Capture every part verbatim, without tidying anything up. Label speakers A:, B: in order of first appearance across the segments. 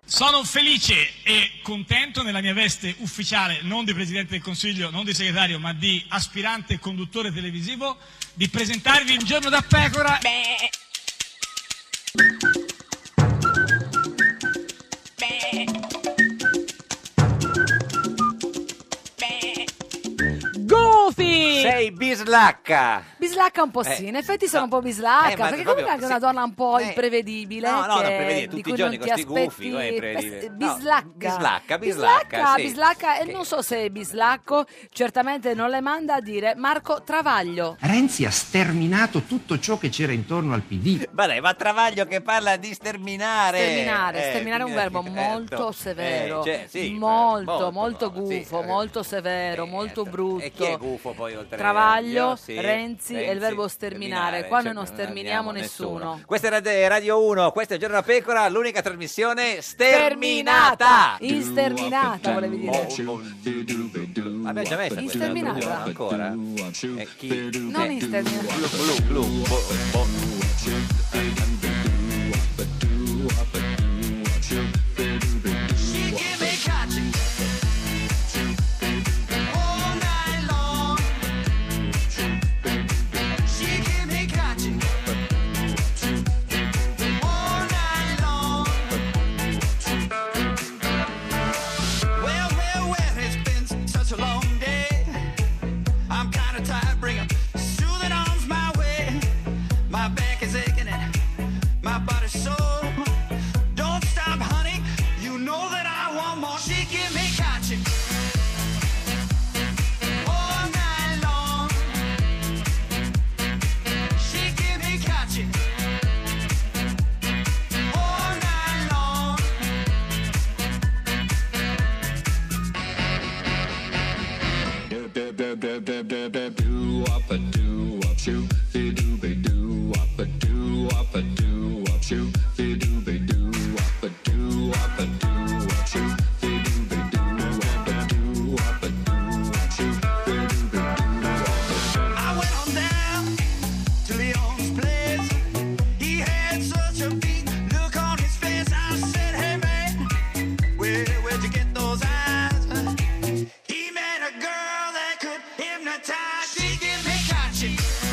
A: Sono felice e contento nella mia veste ufficiale, non di Presidente del Consiglio, non di segretario, ma di aspirante conduttore televisivo, di presentarvi Un giorno da pecora. Beh.
B: Goofy!
C: Sei bislacca!
B: Bislacca un po' sì,
C: Eh,
B: in effetti sono
C: no.
B: un po' bislacca,
C: Eh, ma
B: perché
C: proprio-
B: comunque è anche
C: sì.
B: una donna un po'
C: Eh,
B: imprevedibile,
C: no, no,
B: che-
C: non prevedibile, tutti
B: di
C: i
B: cui
C: giorni
B: non ti
C: con sti gufi,
B: aspetti.
C: come è imprevedibile?
B: eh,
C: No,
B: bislacca.
C: bislacca, bislacca,
B: bislacca,
C: sì.
B: bislacca, e
C: Che-
B: non so se è bislacco, certamente non le manda a dire Marco Travaglio.
D: Renzi ha sterminato tutto ciò che c'era intorno al P D.
C: Ma dai, ma Travaglio che parla di sterminare.
B: Sterminare,
C: Eh,
B: sterminare è un verbo
C: eh,
B: molto
C: no.
B: severo,
C: Eh, cioè, sì,
B: molto,
C: molto,
B: molto
C: no, sì,
B: gufo,
C: eh,
B: molto severo, molto brutto.
C: E chi è gufo poi oltre
B: Travaglio,
C: io? Sì,
B: Renzi e il verbo sterminare. Qua noi non
C: cioè,
B: sterminiamo nessuno.
C: Questa è Radio- Radio uno, questa è Giorno da Pecora, l'unica trasmissione sterminata.
B: Insterminata, volevi dire.
C: Abbiamo già messo questa,
B: Insterminata?
C: ancora? Eh, chi?
B: Non
C: Eh,
B: insterminata.
C: Blu, blu, blu, bo- bo-
E: Well, well, well, it's been such a long day. I'm kinda tired, bring 'em soothing arms my way. My back is aching and my body's sore. Don't stop, honey, you know that I want more. She give me catching all night long. She give me catching all night long. I went on down to Leon's place. He had such a beat look on his face. I said, hey man, where, where'd you get those eyes? He met a girl that could hypnotize. She give me catching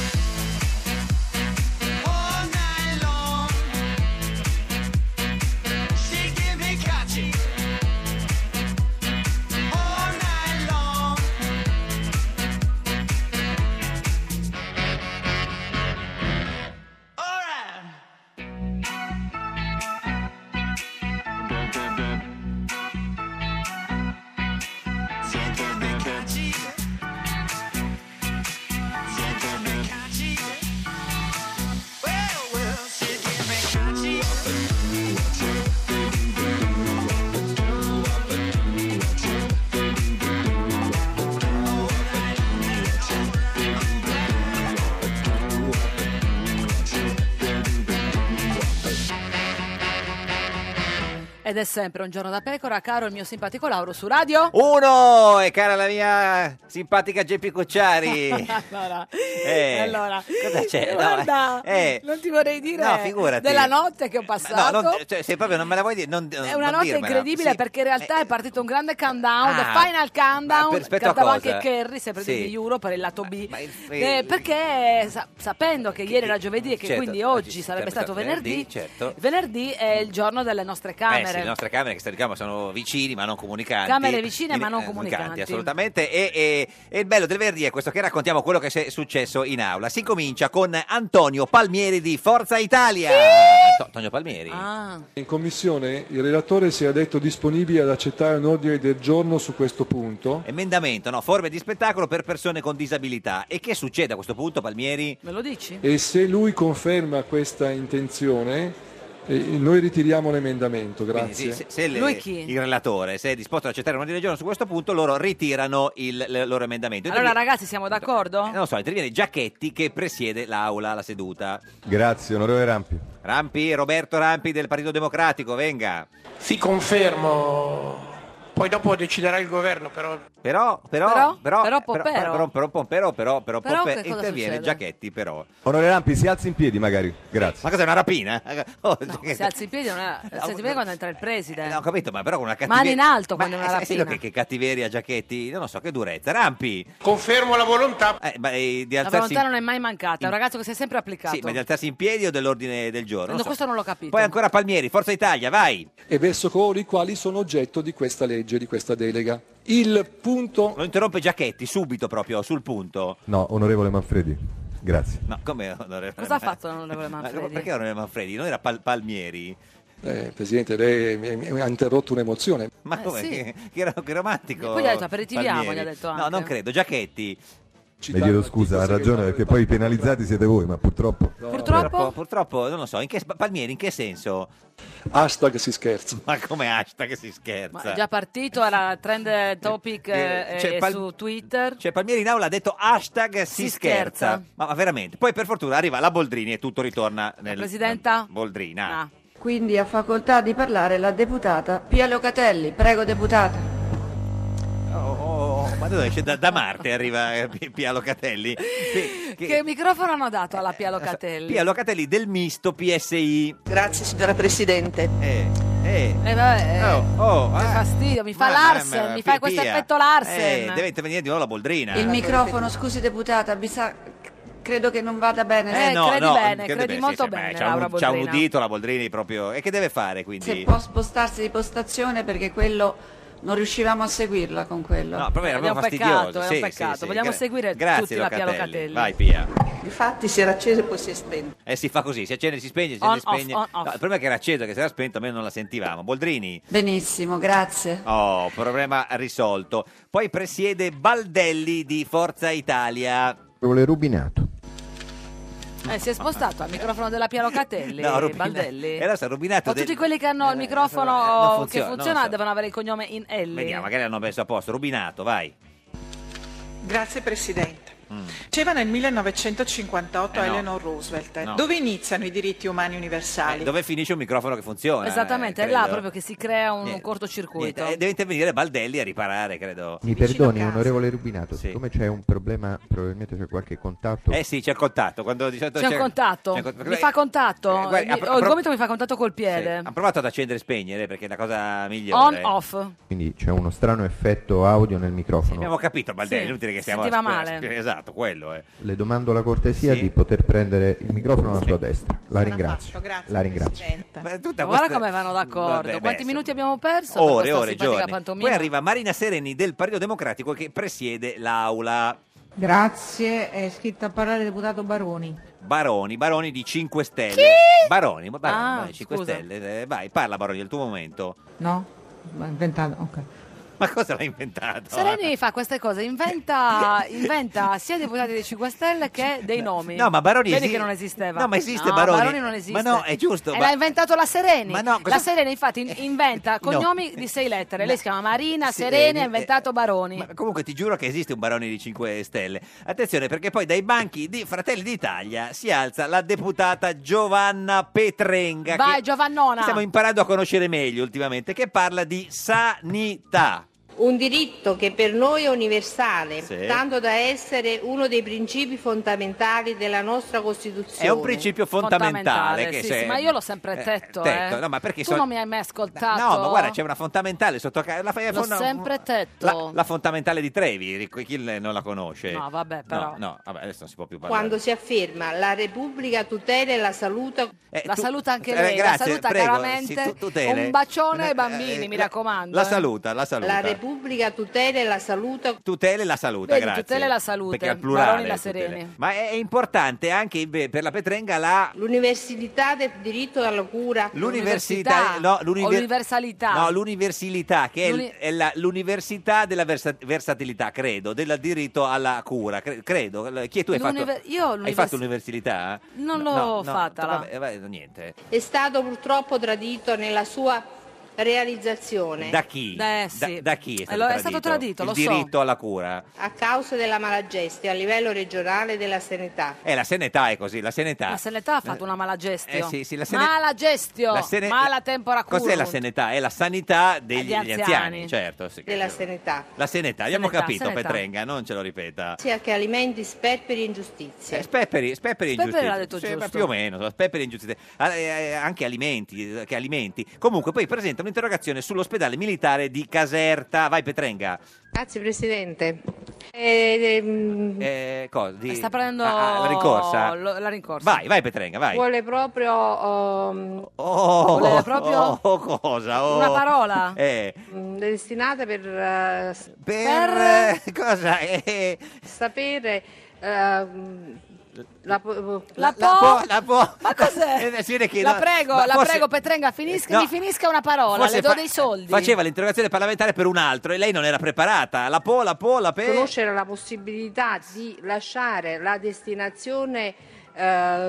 E: all night long. She give me catching all night long. All right. She give me catchy. She give me catchy. Well, well, she give me catchy.
B: Ed è sempre Un giorno da pecora, caro il mio simpatico Lauro su radio.
C: Uno! E cara la mia simpatica Geppi Cucciari.
B: allora,
C: Eh,
B: allora,
C: cosa c'è? No,
B: guarda,
C: eh,
B: non ti vorrei dire
C: no, figurati.
B: della notte che ho
C: No,
B: passato.
C: non, cioè, se proprio non me la vuoi dire, non,
B: È una notte incredibile perché in realtà è partito un grande countdown,
C: Ah,
B: the final countdown,
C: per- rispetto a
B: cantava
C: cosa?
B: anche Kerry, sempre
C: Sì.
B: di Euro per il lato B,
C: il-
B: Eh, perché sa- sapendo che ieri era giovedì e che
C: Certo,
B: quindi oggi
C: oggi
B: sarebbe
C: sarebbe
B: stato
C: stato
B: venerdì,
C: venerdì, certo.
B: venerdì è il giorno delle nostre camere.
C: Eh sì, le nostre camere che ricordiamo sono vicini ma non comunicanti.
B: Camere vicine, ma non
C: Eh,
B: comunicanti.
C: Assolutamente. E, e- e il bello del venerdì è questo, che raccontiamo quello che è successo in aula. Si comincia con Antonio Palmieri di Forza Italia. Anto- Antonio Palmieri.
B: Ah.
F: In commissione il relatore si è detto disponibile ad accettare un ordine del giorno su questo punto.
C: Emendamento, no? Forme di spettacolo per persone con disabilità. E che succede a questo punto, Palmieri?
B: Me lo dici?
F: E se lui conferma questa intenzione, eh, noi ritiriamo l'emendamento.
C: Quindi,
F: Grazie.
C: sì, se, se il-
B: Lui chi?
C: il relatore se è disposto ad accettare un ordine del giorno su questo punto, loro ritirano il, il loro emendamento.
B: Allora
C: Interviene-
B: ragazzi, siamo d'accordo?
C: non lo so, interviene Giacchetti che presiede l'aula, la seduta.
G: Grazie, onorevole Rampi.
C: Rampi, Roberto Rampi del Partito Democratico, venga.
H: Sì, confermo
G: Poi dopo deciderà il governo, però...
C: Però, però,
B: Però?
C: però,
B: Però
C: però,
B: Pompeo?
C: però, però, Pompeo, però, però,
B: Però
C: Pompeo,
B: che cosa
C: interviene
B: succede?
C: Giachetti, però.
H: Onorevole Rampi, si alzi in piedi magari, grazie.
C: Ma cos'è, una rapina? Oh,
B: No, se alzi in piedi non è... Si alzi in piedi quando entra il preside.
C: Eh, no, ho capito, ma però con una cattiveria...
B: Mani in alto
C: Ma,
B: quando è una
C: eh, sai
B: rapina.
C: che, che cattiveria Giachetti? Non lo so, che durezza. Rampi!
G: Confermo la volontà.
C: Eh, ma, eh, di
B: La
C: alzarsi...
B: volontà non è mai mancata, è un ragazzo che si è sempre applicato.
C: Sì, ma di alzarsi in piedi o dell'ordine del giorno? Non
B: No,
C: so.
B: questo non l'ho capito.
C: Poi ancora Palmieri, Forza Italia, vai!
F: E verso coloro i quali sono oggetto di questa legge, di questa delega. Il punto...
C: Lo interrompe Giachetti, subito proprio, sul punto.
H: No, onorevole Manfredi, grazie.
C: No, come onorevole?
B: Cosa ha fatto l'onorevole
C: Ma
B: Manfredi?
C: perché onorevole Manfredi? Non era Pal- Palmieri?
F: Eh, Presidente, lei mi, mi ha interrotto un'emozione.
C: Ma
B: Eh,
C: come?
B: sì.
C: Che, che, che romantico.
B: E poi gli ha detto aperitiviamo,
C: Palmieri.
B: gli ha detto
C: No,
B: anche.
C: non credo. Giachetti.
H: Mi chiedo scusa, ha ragione perché poi i penalizzati siete voi, ma purtroppo...
B: Purtroppo?
C: Purtroppo, non lo so. In che, Palmieri, in che senso?
F: Hashtag si scherza.
C: Ma come hashtag si
B: Ma
C: scherza?
B: è già partito, era trend topic eh,
C: Cioè,
B: eh,
C: Pal-
B: su Twitter.
C: Cioè Palmieri in aula ha detto hashtag si,
B: Si
C: scherza.
B: scherza.
C: Ma, ma veramente. Poi per fortuna arriva la Boldrini e tutto ritorna nel...
B: Presidenta?
C: Boldrina.
B: Ah.
I: Quindi ha facoltà di parlare la deputata Pia Locatelli. Prego, deputata.
C: Oh, oh, oh, ma dove esce? Da, da Marte arriva eh, Pi- Pia Locatelli. Pi- che-
B: Che microfono hanno dato alla Pia Locatelli?
C: Pia Locatelli del misto P S I.
I: Grazie, signora Presidente.
C: Eh, eh.
B: Eh, vabbè, eh,
C: Oh, oh,
B: che
C: eh.
B: fastidio, mi fa
C: Ma-
B: Larsen,
C: ma- ma-
B: mi fa
C: Pia-
B: questo
C: Pia.
B: effetto Larsen.
C: Eh, deve intervenire di nuovo la Boldrina.
I: Il microfono, scusi deputata, mi sa- credo che non vada bene.
B: Eh, credi bene,
C: crede
B: credi molto
C: sì,
B: bene,
C: beh, c'ha,
B: Laura
C: un, c'ha
B: Boldrina.
C: udito la Boldrini proprio. E che deve fare
I: Se
C: quindi?
I: può spostarsi di postazione perché quello non riuscivamo a seguirla con quello.
C: No, proprio era
B: Ed è un
C: proprio
B: peccato,
C: fastidioso.
B: è un
C: Sì,
B: peccato.
C: sì, sì.
B: Vogliamo
C: Gra-
B: seguire
C: Grazie,
B: tutti la Pia Locatelli.
C: Vai Pia.
I: Infatti si era acceso e poi si è spento.
C: Eh si fa così, si accende, si spegne, si
B: On,
C: accende, si spegne.
B: off, on, off.
C: No, il problema è che era acceso, che se era spento, almeno non la sentivamo. Boldrini?
I: Benissimo, grazie.
C: Oh, problema risolto. Poi presiede Baldelli di Forza Italia.
H: Onorevole Rubinato.
B: Eh, si è spostato al microfono della Pia Locatelli,
C: No, Rubina-
B: Baldelli.
C: E allora sta Rubinato
B: O
C: del-
B: tutti quelli che hanno il
C: Eh,
B: microfono
C: non funziona,
B: che
C: non
B: funziona
C: lo so.
B: devono avere il cognome in L.
C: Vediamo, magari l'hanno messo a posto. Rubinato, vai.
G: Grazie Presidente. Diceva nel millenovecentocinquantotto
C: Mm. Eh no.
G: Eleanor Roosevelt,
C: No.
G: dove iniziano i diritti umani universali?
C: Eh, dove finisce un microfono che funziona?
B: Esattamente,
C: eh,
B: è là
C: credo.
B: proprio che si crea un
C: Niente,
B: cortocircuito.
C: Niente, eh, deve intervenire Baldelli a riparare, credo.
H: Mi
G: Vicino
H: perdoni,
G: casa.
H: onorevole Rubinato,
C: Sì.
H: siccome c'è un problema, probabilmente c'è qualche contatto.
C: Eh sì, c'è il contatto. Quando di solito
B: C'è un contatto?
C: c'è un cont-
B: Mi fa contatto?
C: Eh, guardi,
B: Mi-
C: ha pro-
B: o il
C: pro-
B: gomito mi fa contatto col
C: Sì,
B: piede.
C: hanno provato ad accendere e spegnere perché è la cosa migliore.
B: On, off.
H: Quindi c'è uno strano effetto audio nel microfono.
C: Abbiamo capito, Baldelli,
B: Sì,
C: inutile che stiamo
B: sentiva
C: a-
B: male.
C: Esatto, quello è.
H: Le domando la cortesia
C: Sì.
H: di poter prendere il microfono alla sua destra. La
G: Sarà
H: ringrazio.
G: fatto, grazie,
H: La ringrazio.
G: Presidente.
C: Ma tutta
B: Guarda
C: questa-
B: come vanno d'accordo.
C: Vabbè,
B: Quanti
C: beh,
B: minuti
C: sì.
B: abbiamo perso?
C: Ore,
B: per questa
C: ore,
B: simpatica
C: giorni.
B: pantomima?
C: Poi arriva Marina Sereni del Partito Democratico che presiede l'aula.
J: Grazie, è iscritto a parlare il deputato Baroni.
C: Baroni, Baroni di cinque Stelle. Baroni, Baroni,
B: Ah,
C: vai, cinque
B: scusa.
C: Stelle. Eh, vai, parla Baroni del tuo momento.
J: No? Ma inventato, ok.
C: Ma cosa l'hai inventato?
B: Sereni fa queste cose, inventa, inventa sia dei deputati dei cinque Stelle che dei nomi.
C: No, ma Baroni
B: Vedi
C: esi-
B: che non esisteva.
C: No, ma esiste
B: No,
C: Baroni.
B: non esiste.
C: Ma no, è giusto,
B: E
C: ma-
B: l'ha inventato la Sereni.
C: Ma no, cosa-
B: La Sereni infatti in- inventa
C: No.
B: cognomi di sei lettere. Lei si chiama Marina
C: Sì,
B: Sereni,
C: eh,
B: ha inventato Baroni.
C: Ma comunque ti giuro che esiste un Baroni di cinque Stelle. Attenzione perché poi dai banchi di Fratelli d'Italia si alza la deputata Giovanna Petrenga.
B: Vai
C: che
B: Giovannona.
C: stiamo imparando a conoscere meglio ultimamente, che parla di sanità.
K: Un diritto che per noi è universale,
C: Sì.
K: tanto da essere uno dei principi fondamentali della nostra Costituzione.
C: È un principio fondamentale. che
B: sì,
C: se-
B: sì, ma io l'ho sempre
C: eh,
B: tetto.
C: tetto,
B: eh.
C: no, ma perché
B: tu
C: so-
B: non mi hai mai ascoltato?
C: No, ma guarda, c'è una fondamentale sotto ca- la,
B: L'ho sempre tetto.
C: La, la fondamentale di Trevi, chi non la conosce?
B: No, vabbè, però.
C: No, no, vabbè, adesso non si può più parlare.
K: Quando si afferma la Repubblica tutela la salute.
C: Eh,
B: La
C: tu-
B: saluta anche
C: eh,
B: lei,
C: grazie,
B: la saluta
C: prego,
B: caramente.
C: sì, tu- tutele.
B: Un bacione
C: Eh,
B: ai bambini,
C: eh,
B: mi
C: la-
B: raccomando.
C: La
B: eh.
C: saluta, la saluta.
K: La Repubblica tutela la salute.
C: Tutele la salute,
B: Vedi,
C: grazie.
B: tutele la salute,
C: Perché al plurale
B: Baroni la
C: tutele.
B: Sereni.
C: Ma è, è importante anche inve- per la Petrenga la
K: L'universalità del diritto alla cura.
C: l'università, no, l'univer-
B: o l'universalità.
C: No, l'universilità, che è, il-
B: L'uni-
C: è la- l'università della versa- versatilità, credo, del diritto alla cura, cre- credo. Chi tu hai fatto?
B: L'univer- io
C: Hai
B: l'univers-
C: fatto l'università?
B: Non
C: No,
B: l'ho
C: no,
B: fatta.
C: vabbè, vabbè, niente.
K: È stato purtroppo tradito nella sua realizzazione.
C: Da chi?
B: Eh, sì.
C: da, da chi è stato
B: Allora, è
C: tradito?
B: stato tradito,
C: il
B: lo so.
C: diritto alla cura.
K: A causa della malagestio a livello regionale della sanità.
C: Eh, la sanità è così, la sanità.
B: La sanità ha fatto una malagestio.
C: Eh, sì, sì, la sene-
B: Malagestio,
C: la sene-
B: mala tempora curunt.
C: Cos'è la sanità? È la sanità degli
B: Degli
C: anziani.
B: anziani.
C: certo. Sì.
K: Della sanità.
C: La sanità, abbiamo
B: Sanità,
C: capito,
B: sanità.
C: Petrenga, non ce lo ripeta.
K: Sia che alimenti sperperi e ingiustizie.
C: Eh, Spepperi, spepperi
B: Spepperi
C: ingiustizie.
B: l'ha detto
C: Sì,
B: giusto.
C: ma più o meno, so, spepperi ingiustizie. Ah, eh, eh, anche alimenti, eh, che alimenti. Comunque poi presenta un'interrogazione sull'ospedale militare di Caserta. Vai Petrenga.
K: Grazie Presidente. Eh, ehm,
C: Eh, cosa? Di-
B: Sta prendendo
C: Ah, ah, la rincorsa?
B: lo- la rincorsa.
C: Vai, vai Petrenga, vai.
K: vuole proprio ehm,
C: Oh,
B: Voleva proprio
C: oh, cosa? Oh.
B: una parola.
C: Eh,
K: mh, destinate per eh, s-
C: per,
B: Per-
C: eh, cosa? Eh,
K: sapere ehm, la, po-
B: La
C: la
B: po-
C: po- la po-
B: Ma cos'è?
C: Eh, si vede che
B: la
C: no-
B: prego,
C: ma
B: la
C: forse-
B: prego Petrenga, finisca,
C: No.
B: mi finisca una parola,
C: Forse
B: le do
C: fa-
B: dei soldi.
C: Faceva l'interrogazione parlamentare per un altro e lei non era preparata. La po, la po, la pe.
K: conoscere la possibilità di lasciare la destinazione eh,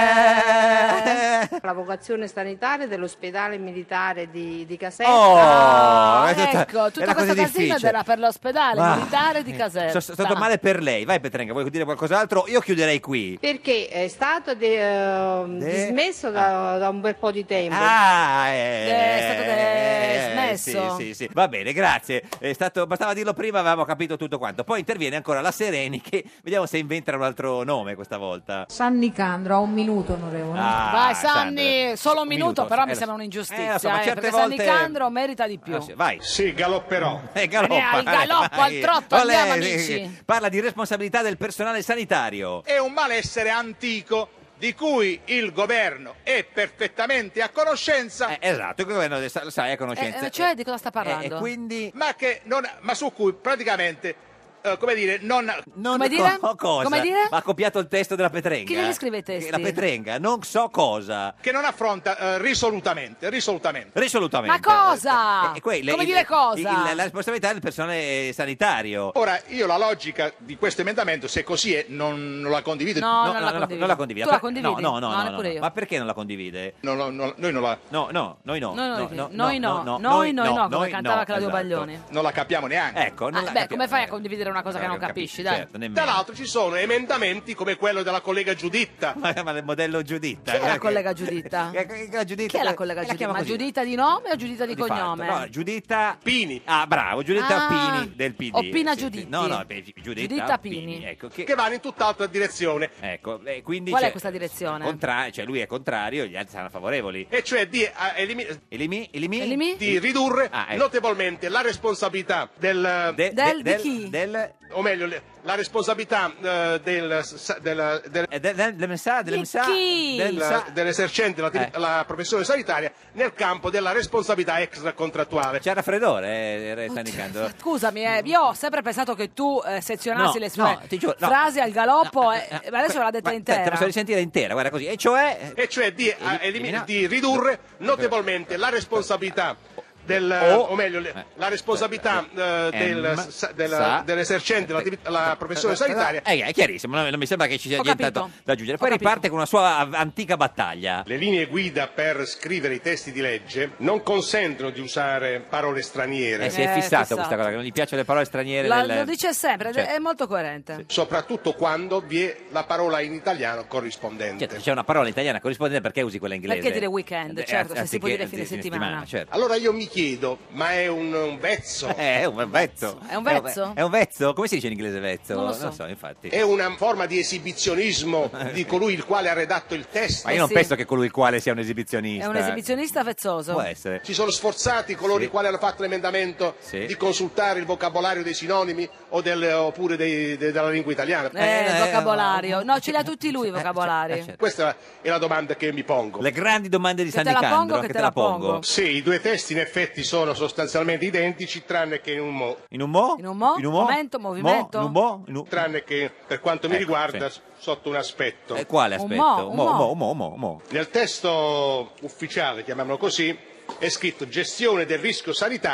C: Eh.
K: la vocazione sanitaria dell'ospedale militare di, di Caserta.
C: Oh,
B: Ah,
C: è tutta-
B: ecco, tutto
C: era
B: questo
C: così
B: casino
C: difficile.
B: era per l'ospedale
C: Ah,
B: militare di Caserta.
C: Sono stato male per lei. Vai Petrenga, vuoi dire qualcos'altro? Io chiuderei qui.
K: Perché è stato de- eh,
C: De-
K: dismesso da, da un bel po' di tempo.
C: Ah, eh,
B: È stato de-
C: eh,
B: smesso.
C: Sì, sì, sì. Va bene, grazie. È stato, bastava dirlo prima, avevamo capito tutto quanto. Poi interviene ancora la Sereni che vediamo se inventa un altro nome questa volta.
J: San Nicandro, ha un minuto, onorevole.
C: Ah,
B: Vai Sanni,
C: Sandra.
B: solo un minuto, però
C: eh,
B: mi
C: lo
B: sembra
C: so.
B: un'ingiustizia,
C: Eh, lo so, ma
B: eh,
C: certe
B: perché San
C: volte-
B: Nicandro merita di più.
C: Ah, sì, vai.
L: Sì, galopperò.
C: Eh, galoppa,
B: Eh, al
C: vai,
B: galoppo,
C: vai.
B: al trotto,
C: Olè,
B: andiamo,
C: eh,
B: amici.
C: Parla di responsabilità del personale sanitario.
L: È un malessere antico di cui il governo è perfettamente a conoscenza,
C: Eh, esatto, il governo sa- sai a conoscenza.
B: Eh, eh, cioè, di cosa sta
C: Eh,
B: parlando?
C: e quindi
L: ma, che non, ma su cui praticamente, eh, come dire, non...
C: non
B: Come dire?
C: co- cosa?
B: Come dire?
C: Ma ha copiato il testo della Petrenga.
B: Chi glieli scrive i testi?
C: La Petrenga, non so cosa.
L: che non affronta eh, risolutamente, risolutamente.
C: Risolutamente.
B: Ma cosa?
C: Eh, eh, quelle-
B: Come
C: il-
B: dire cosa?
C: il- la responsabilità del personale sanitario.
L: Ora, io la logica di questo emendamento, se così è, non, non la condivido.
B: No,
C: No,
B: non
C: no,
B: la
C: non la-
B: condivido.
C: non la condivide.
B: Tu la
C: Per-
B: condividi?
C: No, no, no, no,
B: neppure
C: no.
B: io.
C: Ma perché non la condivide?
L: No, no, no, noi non la,
C: No, no, noi no.
B: Noi no,
C: no,
B: noi no, noi no, noi no, come cantava Claudio
C: esatto.
B: Baglioni.
L: non la capiamo neanche.
C: Ecco, non
B: Ah,
C: la
B: beh,
C: capiamo.
B: come fai a condividere una cosa che non
C: capisci,
B: capisci, dai?
C: certo, nemmeno.
L: Tra l'altro ci sono emendamenti come quello della collega Giuditta.
C: Ma, ma il modello Giuditta.
B: Chi è la
C: guarda che-
B: collega Giuditta?
C: Eh, che- che la Giuditta-
B: Chi è la collega
C: eh,
B: Giuditta?
C: chiama
B: Ma
C: così.
B: Giuditta di nome o Giuditta di,
C: Di fatto,
B: cognome?
C: no, Giuditta
L: Pini.
C: Ah, bravo, Giuditta
B: Ah,
C: Pini del P D.
B: Oppina
C: Sì, sì.
B: Giuditti.
C: No, no, eh, Giuditta,
B: Giuditta Pini.
C: Ecco, che,
L: che vanno in tutt'altra direzione,
C: ecco, eh, quindi
B: Qual è
C: c'è-
B: questa direzione?
C: Contra- cioè lui è contrario, gli altri saranno favorevoli.
L: e cioè di, eh, elimi-
C: Elimi, elimi,
B: Elimi?
L: di ridurre
C: Ah, ecco.
L: notevolmente la responsabilità del,
C: De-
B: Del-
C: de-
B: di chi?
C: Del,
L: o meglio, le- la responsabilità eh, del, sa- del- del-
C: eh, del, del, del, mensa- del
B: Di
C: mensa-
B: chi?
C: del
L: la-
C: mensa-
L: dell'esercente la,
C: Eh.
L: la professione sanitaria nel campo della responsabilità extracontrattuale.
C: C'è raffreddore, eh, sta indicando.
B: Scusami, eh, io ho sempre pensato che tu eh, sezionassi
C: No,
B: le sue
C: no, ti giuro, no.
B: frasi al galoppo,
C: No,
B: eh,
C: no,
B: ma adesso l'ha detta
C: ma-
B: intera.
C: Te la posso risentire intera, guarda così. E cioè...
L: E cioè di, eh, elimi-
C: elimina-
L: di ridurre notevolmente la responsabilità del,
C: O-
L: o meglio, le-
C: eh.
L: la responsabilità eh, del-
C: M-
L: sa- della-
C: sa-
L: dell'esercente la, la professione sanitaria.
C: Eh, è chiarissimo, non non mi sembra che ci sia
B: Ho
C: niente
B: capito.
C: da aggiungere.
B: Ho
C: Poi
B: capito.
C: riparte con una sua av- antica battaglia.
L: Le linee guida per scrivere i testi di legge non consentono di usare parole straniere,
C: Eh, si è
B: Eh,
C: fissato
B: fissato.
C: questa cosa, che non gli piacciono le parole straniere.
B: La-
C: nel-
B: Lo dice sempre, ed è-
C: Certo.
B: è molto coerente.
L: soprattutto quando vi è la parola in italiano corrispondente.
C: Certo, c'è una parola italiana corrispondente, perché usi quella inglese?
B: Perché dire weekend?
C: Eh,
B: Certo, se si
C: anziché-
B: può dire fine
C: anziché
B: settimana.
C: certo.
L: Allora io mi chiedo, ma è un, un vezzo?
C: Eh, è un vezzo.
B: È un vezzo?
C: È un vezzo? Come si dice in inglese vezzo?
B: Non lo so.
C: infatti.
L: È una forma di esibizionismo di colui il quale ha redatto il testo?
C: Ma io non
B: sì.
C: penso che colui il quale sia un esibizionista.
B: È un esibizionista vezzoso.
C: Può essere.
L: Si sono sforzati coloro
C: Sì.
L: i quali hanno fatto l'emendamento
C: Sì.
L: di consultare il vocabolario dei sinonimi o del- oppure dei- de- della lingua italiana?
B: Eh,
C: Eh,
B: il vocabolario. No, ce li ha tutti lui i vocabolari.
C: certo.
L: Questa è la domanda che mi pongo.
C: Le grandi domande di
B: Che
C: San
B: te la
C: Nicandro,
B: pongo, che
C: che
B: te
C: te la
B: la pongo.
C: pongo.
L: Sì, i due testi in effetti sono sostanzialmente identici, tranne che in un mo.
C: In un mo?
B: In un mo? Momento, movimento?
C: Mo? In un mo? In un-
L: Tranne che per quanto mi
C: Ecco,
L: riguarda
C: sì.
L: sotto un aspetto.
C: Eh, quale
B: Un
C: aspetto?
B: mo, un
C: mo,
B: mo.
C: mo, mo, mo, mo.
L: Nel testo ufficiale, chiamiamolo così, è scritto gestione del rischio sanitario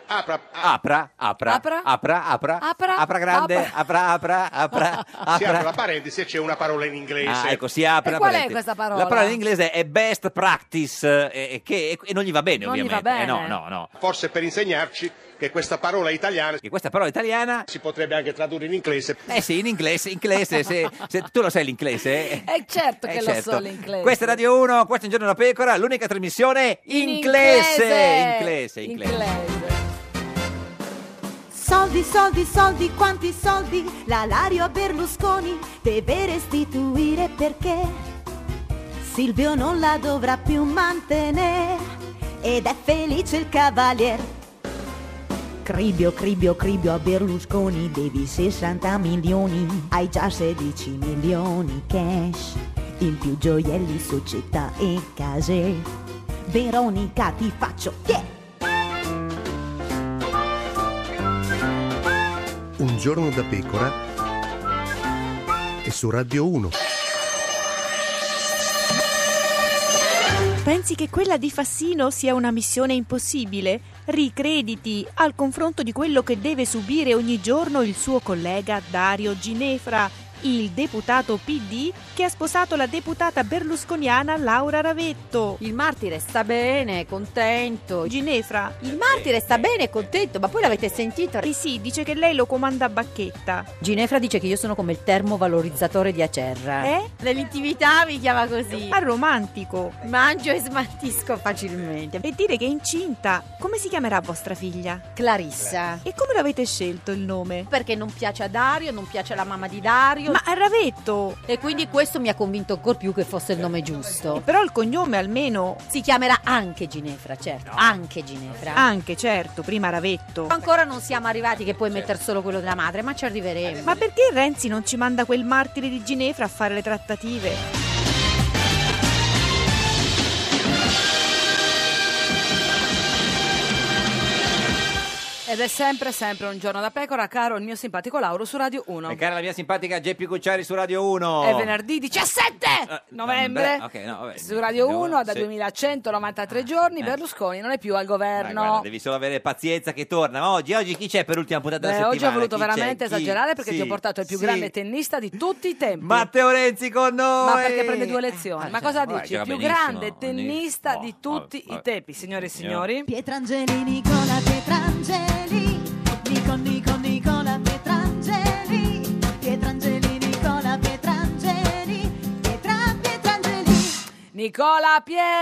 L: apra,
C: Apra, apra,
B: Apra?
C: apra, apra,
B: Apra?
C: apra grande, apra, apra, apra,
L: si apre la
C: apra.
L: parentesi e c'è una parola in inglese.
C: Ah, ecco, si apre
B: E
C: la
B: qual è
C: parentesi.
B: questa parola?
C: La parola in inglese è best practice, eh, eh, che e non gli va bene,
B: Non gli
C: ovviamente.
B: va bene.
C: Eh, no, no, no.
L: Forse per insegnarci che questa parola italiana
C: Che questa parola italiana,
L: si potrebbe anche tradurre in inglese.
C: eh sì, in inglese, inglese, se, se tu lo sai l'inglese. eh?
B: È certo
C: Eh,
B: che
C: certo.
B: lo so l'inglese.
C: Questa è Radio uno, questo è Un Giorno da Pecora, l'unica trasmissione
B: In
C: inglese.
B: inglese.
C: Inglese, inglese.
B: Inglese.
M: Soldi, soldi, soldi, quanti soldi la Lario a Berlusconi deve restituire perché Silvio non la dovrà più mantenere ed è felice il cavalier. Cribio, cribio, cribio a Berlusconi devi sessanta milioni, hai già sedici milioni cash, in più gioielli, società e case. Veronica ti faccio yeah!
N: Un giorno da pecora e su Radio uno.
O: Pensi che quella di Fassino sia una missione impossibile? Ricrediti al confronto di quello che deve subire ogni giorno il suo collega Dario Ginefra, il deputato P D che ha sposato la deputata berlusconiana Laura Ravetto.
B: Il martire sta bene, contento.
O: Ginefra.
B: Il martire sta bene, contento, ma poi l'avete sentito?
O: Eh sì, dice che lei lo comanda a bacchetta.
B: Ginefra dice che io sono come il termovalorizzatore di Acerra.
O: Eh?
B: Nell'intimità mi chiama così.
O: Al romantico.
B: Mangio e smaltisco facilmente.
O: E dire che è incinta. Come si chiamerà vostra figlia?
B: Clarissa.
O: E come l'avete scelto il nome?
B: Perché non piace a Dario, non piace alla mamma di Dario.
O: Ma a Ravetto.
B: E quindi questo mi ha convinto ancor più che fosse il nome giusto.
O: Però il cognome almeno
B: si chiamerà anche Ginefra, certo. Anche Ginefra.
O: Anche, certo, prima Ravetto.
B: Ancora non siamo arrivati che puoi mettere solo quello della madre, ma ci arriveremo.
O: Ma perché Renzi non ci manda quel martire di Ginefra a fare le trattative?
B: Ed è sempre, sempre un giorno da pecora, caro il mio simpatico Lauro su Radio uno.
C: E cara la mia simpatica Geppi Cucciari su Radio uno.
B: È venerdì diciassette novembre.
C: Ok, no, vabbè.
B: Su Radio uno da
C: Sì.
B: duemilacentonovantatré giorni Berlusconi non è più al
C: Dai,
B: governo.
C: guarda, devi solo avere pazienza che torna. Ma oggi, oggi chi c'è per l'ultima puntata
B: Beh,
C: della
B: oggi ho
C: settimana?
B: voluto
C: Chi c'è?
B: veramente
C: Chi?
B: esagerare perché
C: Sì,
B: ti ho portato il più
C: sì.
B: grande tennista di tutti i tempi.
C: Matteo Renzi con noi.
B: Ma perché prende due lezioni?
C: Ah,
B: Ma
C: sì,
B: cosa
C: vabbè,
B: dici?
C: gioca
B: Il più
C: benissimo,
B: grande tennista
C: Boh,
B: di tutti
C: vabbè,
B: i tempi, signore e signori.
M: Pietrangeli, Nicola Pietrangeli, Nico, Nico, Nicola Pietrangeli, Pietrangeli, Nicola Pietrangeli, Pietra, Pietrangeli.
B: Nicola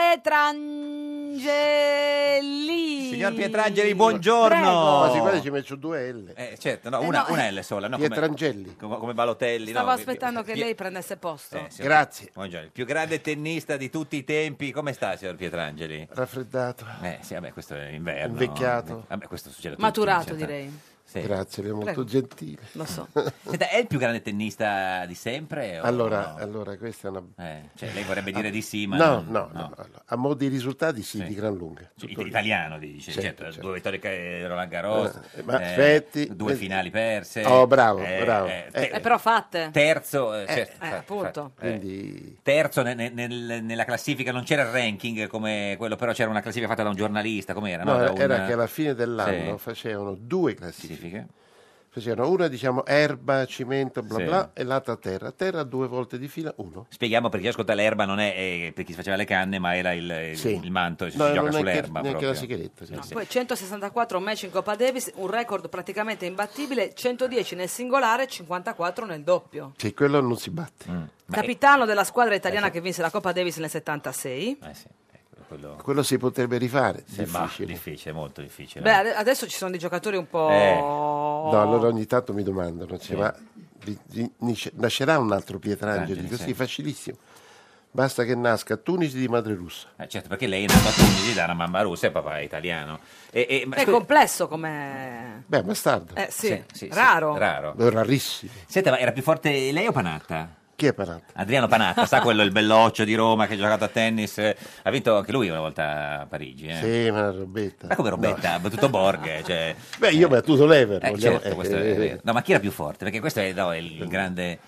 B: Pietrangeli.
C: Signor Pietrangeli, buongiorno.
B: Prego.
P: Quasi quasi ci metto due L.
C: Eh, certo, no,
B: Eh,
C: una,
B: no,
C: una
B: eh.
C: L sola. No,
P: Pietrangeli.
C: Come, come Balotelli.
B: Stavo
C: no,
B: aspettando che
C: Pie-
B: lei prendesse posto.
C: Eh, signor-
P: Grazie.
C: Buongiorno. Il più grande tennista di tutti i tempi. Come sta, signor Pietrangeli?
P: Raffreddato.
C: Eh, sì, vabbè, questo è inverno.
P: Invecchiato.
C: Vabbè, questo succede a tutti,
B: Maturato,
C: certo.
B: direi.
C: Sì.
P: Grazie, lei è molto
B: Prego.
P: gentile.
B: Lo so.
C: Senta, è il più grande tennista di sempre? O
P: Allora,
C: no?
P: allora, questa è una...
C: Eh, cioè, lei vorrebbe dire di sì, ma
P: No,
C: non-
P: no, no. allora, a mo' di risultati sì, di gran lunga.
C: Cioè,
P: Tutto-
C: italiano, dice,
P: Certo,
C: certo,
P: certo.
C: due vittorie che Roland Garros,
P: Eh, ma aspetti,
C: due
P: eh,
C: finali perse.
P: Oh, bravo,
C: eh,
P: bravo.
C: eh,
P: Eh,
B: Eh, però fatte.
C: Terzo, eh,
B: Eh,
C: certo,
B: eh,
C: fa-
B: appunto.
C: fa- eh,
P: Quindi
C: terzo ne- ne- nel- nella classifica, non c'era il ranking come quello, però c'era una classifica fatta da un giornalista, com'era?
P: no,
C: no? Da
P: era
C: un-
P: che alla fine dell'anno
C: Sì.
P: facevano due classifiche.
C: Classifiche?
P: Facevano una, diciamo, erba, cimento, bla
C: Sì.
P: bla, e l'altra terra. Terra due volte di fila, uno.
C: Spieghiamo perché ascolta l'erba non è eh, per chi si faceva le canne, ma era il, il-
P: Sì.
C: il manto, si
P: No,
C: gioca
P: non è che-
C: sull'erba
P: neanche
C: proprio.
P: la sigaretta, sì.
B: No, poi centosessantaquattro match in Coppa Davis, un record praticamente imbattibile, centodieci nel singolare, cinquantaquattro nel doppio.
P: Sì, quello non si batte.
C: Mm.
B: Capitano della squadra italiana che vinse la Coppa Davis nel settantasei.
C: Eh sì, ecco, quello...
P: Quello si potrebbe rifare.
C: Sì, ma
P: difficile.
C: difficile, molto difficile.
B: Beh, ade- adesso ci sono dei giocatori un po'...
C: Eh.
P: No, allora ogni tanto mi domandano, cioè,
C: Sì.
P: ma vi- vi- nisce- nascerà un altro Pietrangeli?
C: Pietrangeli,
P: Così
C: sì.
P: facilissimo. Basta che nasca a Tunisi di madre russa.
C: Eh, certo, perché lei è nata a Tunisi da una mamma russa e papà è italiano. E, e- ma
B: È
C: scusi-
B: complesso come...
P: Beh, bastardo.
B: Eh sì,
C: Sì, sì, sì,
B: raro.
C: raro.
P: È rarissimo.
C: Senta, ma era più forte lei o Panatta?
P: Chi è Panatta?
C: Adriano Panatta, sa quello, il belloccio di Roma che ha giocato a tennis, eh, ha vinto anche lui una volta a Parigi. Eh.
P: Sì, ma Robetta.
C: Ma come Robetta? Ha battuto Borg. eh, Cioè,
P: Beh, io ho battuto l'Ever.
C: eh,
P: vogliamo-
C: certo, questo
P: eh,
C: è vero. No, ma chi era più forte? Perché questo è, no, è il grande...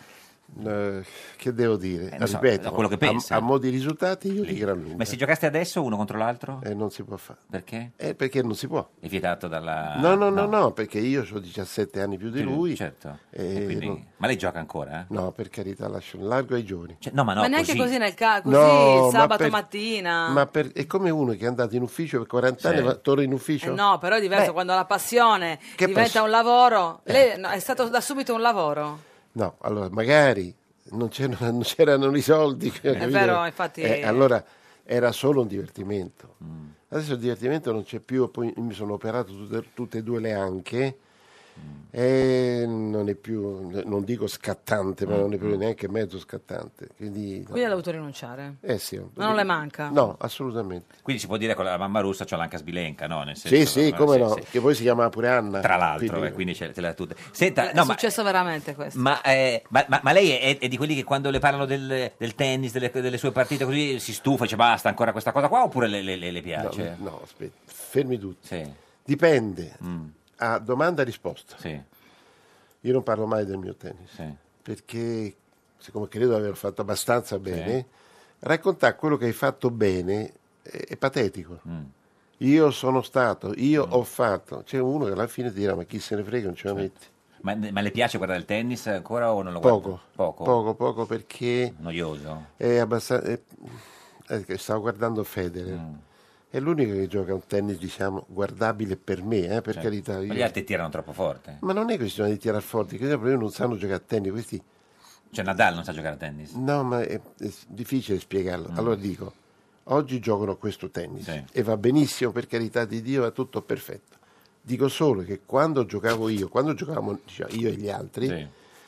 P: Eh, che devo dire?
C: Eh, non so,
P: Ripeto,
C: quello che
P: a,
C: pensa.
P: a mo' di risultati io di gran lunga.
C: Ma se giocaste adesso uno contro l'altro?
P: Eh, non si può fare.
C: Perché?
P: Eh, perché non si può.
C: È vietato dalla...
P: No, no, no, no, perché io ho diciassette anni più di
C: Più-
P: lui.
C: certo.
P: e
C: E quindi-
P: non-
C: Ma lei gioca ancora? eh?
P: No, per carità, lascio largo ai giovani.
C: Cioè, no, ma no,
B: Ma neanche così, nel caso, così
P: No,
B: il
P: ma
B: sabato
P: per-
B: mattina.
P: Ma per- è come uno che è andato in ufficio per quaranta anni,
C: Sì.
P: va- torna in ufficio?
B: Eh no, però è diverso
P: Beh,
B: quando la passione
P: Che
B: diventa
P: pass-
B: un lavoro. Lei no, è stato da subito un lavoro.
P: No, allora magari non c'erano, non c'erano i soldi. È
B: vero, infatti-
P: allora era solo un divertimento.
C: Mm.
P: Adesso il divertimento non c'è più, poi mi sono operato tutte, tutte e due le anche
C: Mm.
P: e non è più, non dico scattante, ma
C: Mm,
P: non è più neanche mezzo scattante. Quindi,
B: Quindi ha dovuto rinunciare.
P: eh sì,
B: Ma non le manca?
P: No, assolutamente.
C: Quindi si può dire con la mamma russa c'ho l'anca sbilenca, no? Nel
P: Sì,
C: senso,
P: sì,
C: no,
P: come
C: sì,
P: no,
C: sì.
P: che poi si chiama pure Anna.
C: Tra l'altro,
P: quindi-
C: e quindi ce, ce l'ha tutte. Senta,
B: È
C: no, ma,
B: successo veramente questo.
C: ma, eh, ma- ma- ma lei è, è di quelli che quando le parlano del, del tennis, delle, delle sue partite così, si stufa, dice basta ancora questa cosa qua, oppure le, le- le- le piace?
P: No, no, aspetta, fermi tutti.
C: Sì.
P: Dipende.
C: Mm.
P: A domanda e risposta.
C: Sì.
P: Io non parlo mai del mio tennis,
C: Sì.
P: perché siccome credo di aver fatto abbastanza bene, raccontare quello che hai fatto bene è, è patetico.
C: Mm.
P: Io sono stato, io ho fatto. C'è uno che alla fine ti dirà ma chi se ne frega, non ce la metti.
C: Ma, ma le piace guardare il tennis ancora o non lo guarda?
P: Poco,
C: Poco?
P: poco, poco perché
C: Noioso?
P: è abbastanza... è- è- stavo guardando Federer.
C: Mm.
P: È l'unico che gioca un tennis, diciamo, guardabile per me, eh, per
C: Cioè,
P: carità.
C: Ma
P: io-
C: gli altri tirano troppo forte.
P: Ma non è questione di tirare forti, che proprio non sanno giocare a tennis. Questi
C: Cioè Nadal non sa giocare a tennis?
P: No, ma è, è difficile spiegarlo. Allora dico, oggi giocano questo tennis
C: Sì.
P: e va benissimo, per carità di Dio, va tutto perfetto. Dico solo che quando giocavo io, quando giocavamo diciamo, io e gli altri,
C: Sì.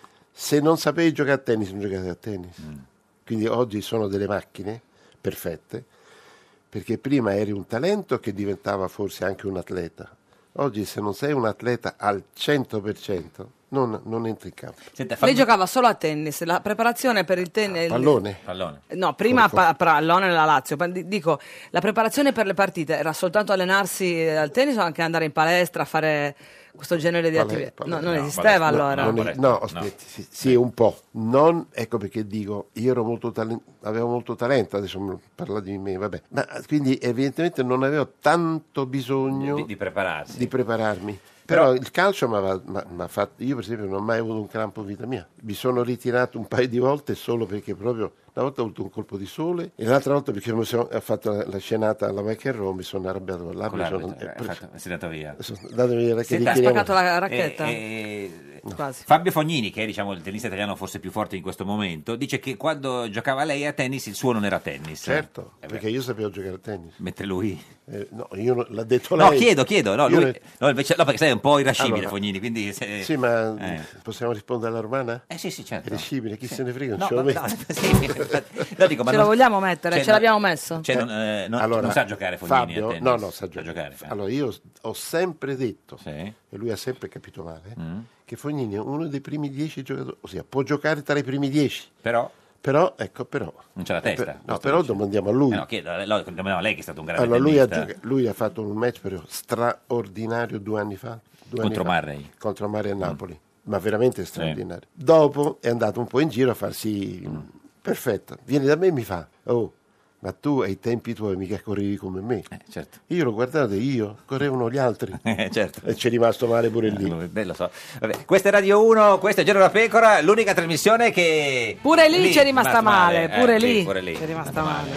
P: se non sapevi giocare a tennis, non giocavi a tennis. Quindi oggi sono delle macchine perfette, perché prima eri un talento che diventava forse anche un atleta. Oggi se non sei un atleta al cento per cento non, non entri in campo.
C: Senta,
B: Lei giocava solo a tennis, la preparazione per il tennis...
P: Pallone.
C: Pallone.
B: No, prima
P: For- for-
B: pa- pallone nella Lazio. Pa- di- Dico, la preparazione per le partite era soltanto allenarsi al tennis o anche andare in palestra a fare questo genere di
P: Pale-
B: attività?
P: pale-
B: No, non
P: no,
B: esisteva
P: palestra-
B: allora.
P: No, non è- no, aspetti, sì, sì, un po'. Non, ecco perché dico, io ero molto talen- avevo molto talento, adesso non parla di me, vabbè. Ma quindi evidentemente non avevo tanto bisogno
C: Di, di prepararsi.
P: di prepararmi. Però, il calcio mi ha fatto. Io, per esempio, non ho mai avuto un crampo in vita mia. Mi sono ritirato un paio di volte solo perché proprio. Una volta ho avuto un colpo di sole e l'altra volta perché mi sono, ho fatto la, la scenata alla McEnroe, mi sono arrabbiato con
C: Con
P: l'arbitro.
C: l'arbitro,
P: sono-
C: eh, ha fatto- si è andato via.
P: sono- datemi la- che
C: Senta,
P: richiediamo-
B: spaccato la racchetta?
C: Eh, eh,
B: Quasi.
C: Fabio Fognini, che è diciamo, il tennista italiano forse più forte in questo momento, dice che quando giocava lei a tennis il suo non era tennis.
P: Certo,
C: Eh, beh,
P: perché io sapevo giocare a tennis.
C: mentre lui...
P: Eh, no, io non- l'ha detto lei.
C: No, chiedo, chiedo. No,
P: Io
C: lui-
P: ne-
C: no, invece, no, perché sai, è un po' irascibile
P: Allora,
C: Fognini, quindi... se-
P: Sì, ma
C: eh.
P: possiamo rispondere alla romana?
C: Eh sì, sì, certo.
P: Irascibile, chi
C: Sì.
P: se ne frega, non
C: No,
P: ce lo
C: no,
P: metto.
C: no, sì, infatti- no, dico, ma
B: Ce
C: non-
B: lo vogliamo mettere?
C: cioè,
B: Ce l'abbiamo messo?
C: Cioè, non, eh, non-
P: Allora,
C: non sa giocare Fognini
P: Fabio,
C: a tennis?
P: no, no, sa
C: Sa giocare. eh.
P: Allora, io ho sempre detto,
C: Sì.
P: e lui ha sempre capito male,
C: Mm.
P: che Fognini è uno dei primi dieci giocatori, ossia può giocare tra i primi dieci.
C: Però
P: Però, ecco, però.
C: non c'è la testa.
P: Per- no,
C: questo
P: però
C: dice.
P: domandiamo a lui.
C: Eh no, chiedo, no, domandiamo a lei che è stato un grande
P: Allora, lui ha,
C: tennista.
P: gioca- lui ha fatto un match però straordinario due anni fa. Due
C: Contro
P: anni fa,
C: Murray.
P: Contro Murray a Napoli. Ma veramente straordinario. Dopo è andato un po' in giro a farsi... Perfetto. Viene da me e mi fa... Oh, ma tu ai tempi tuoi mica correvi come me.
C: Eh, certo.
P: Io l'ho guardato, io, correvano gli altri.
C: Eh, certo.
P: E ci è rimasto male pure lì.
C: Eh, beh, lo so. Vabbè, questa è Radio uno, questa è Giorno da Pecora, l'unica trasmissione che...
B: Pure lì c'è rimasta male,
C: Eh,
B: pure
C: sì,
B: lì
C: pure lì.
B: c'è rimasta male.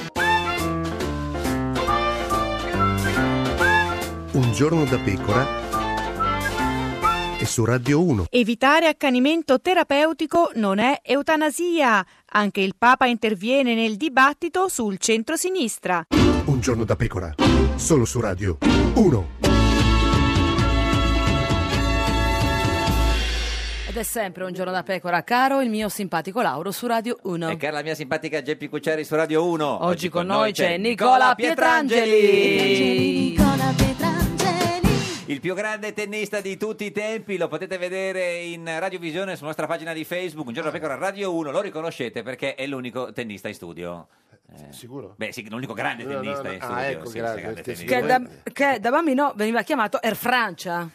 N: Un giorno da pecora e su Radio uno.
O: Evitare accanimento terapeutico non è eutanasia. Anche il Papa interviene nel dibattito sul centro-sinistra.
N: Un giorno da pecora, solo su Radio uno.
B: Ed è sempre un giorno da pecora, caro il mio simpatico Lauro su Radio uno.
C: E cara la mia simpatica Geppi Cucciari su Radio uno.
B: Oggi, con noi c'è Nicola Pietrangeli.
M: Nicola Pietrangeli.
C: Il più grande tennista di tutti i tempi, lo potete vedere in radiovisione sulla nostra pagina di Facebook, Un giorno da Pecora Radio uno, lo riconoscete perché è l'unico tennista in studio. Eh,
P: Sicuro?
C: Beh, sì, l'unico grande
P: No, no,
C: tennista
P: no.
C: in
P: Ah,
C: studio.
P: ecco,
C: sì,
P: grazie,
C: sì, grande
P: perché
C: tennista.
B: Che da, che da bambino veniva chiamato Air Francia.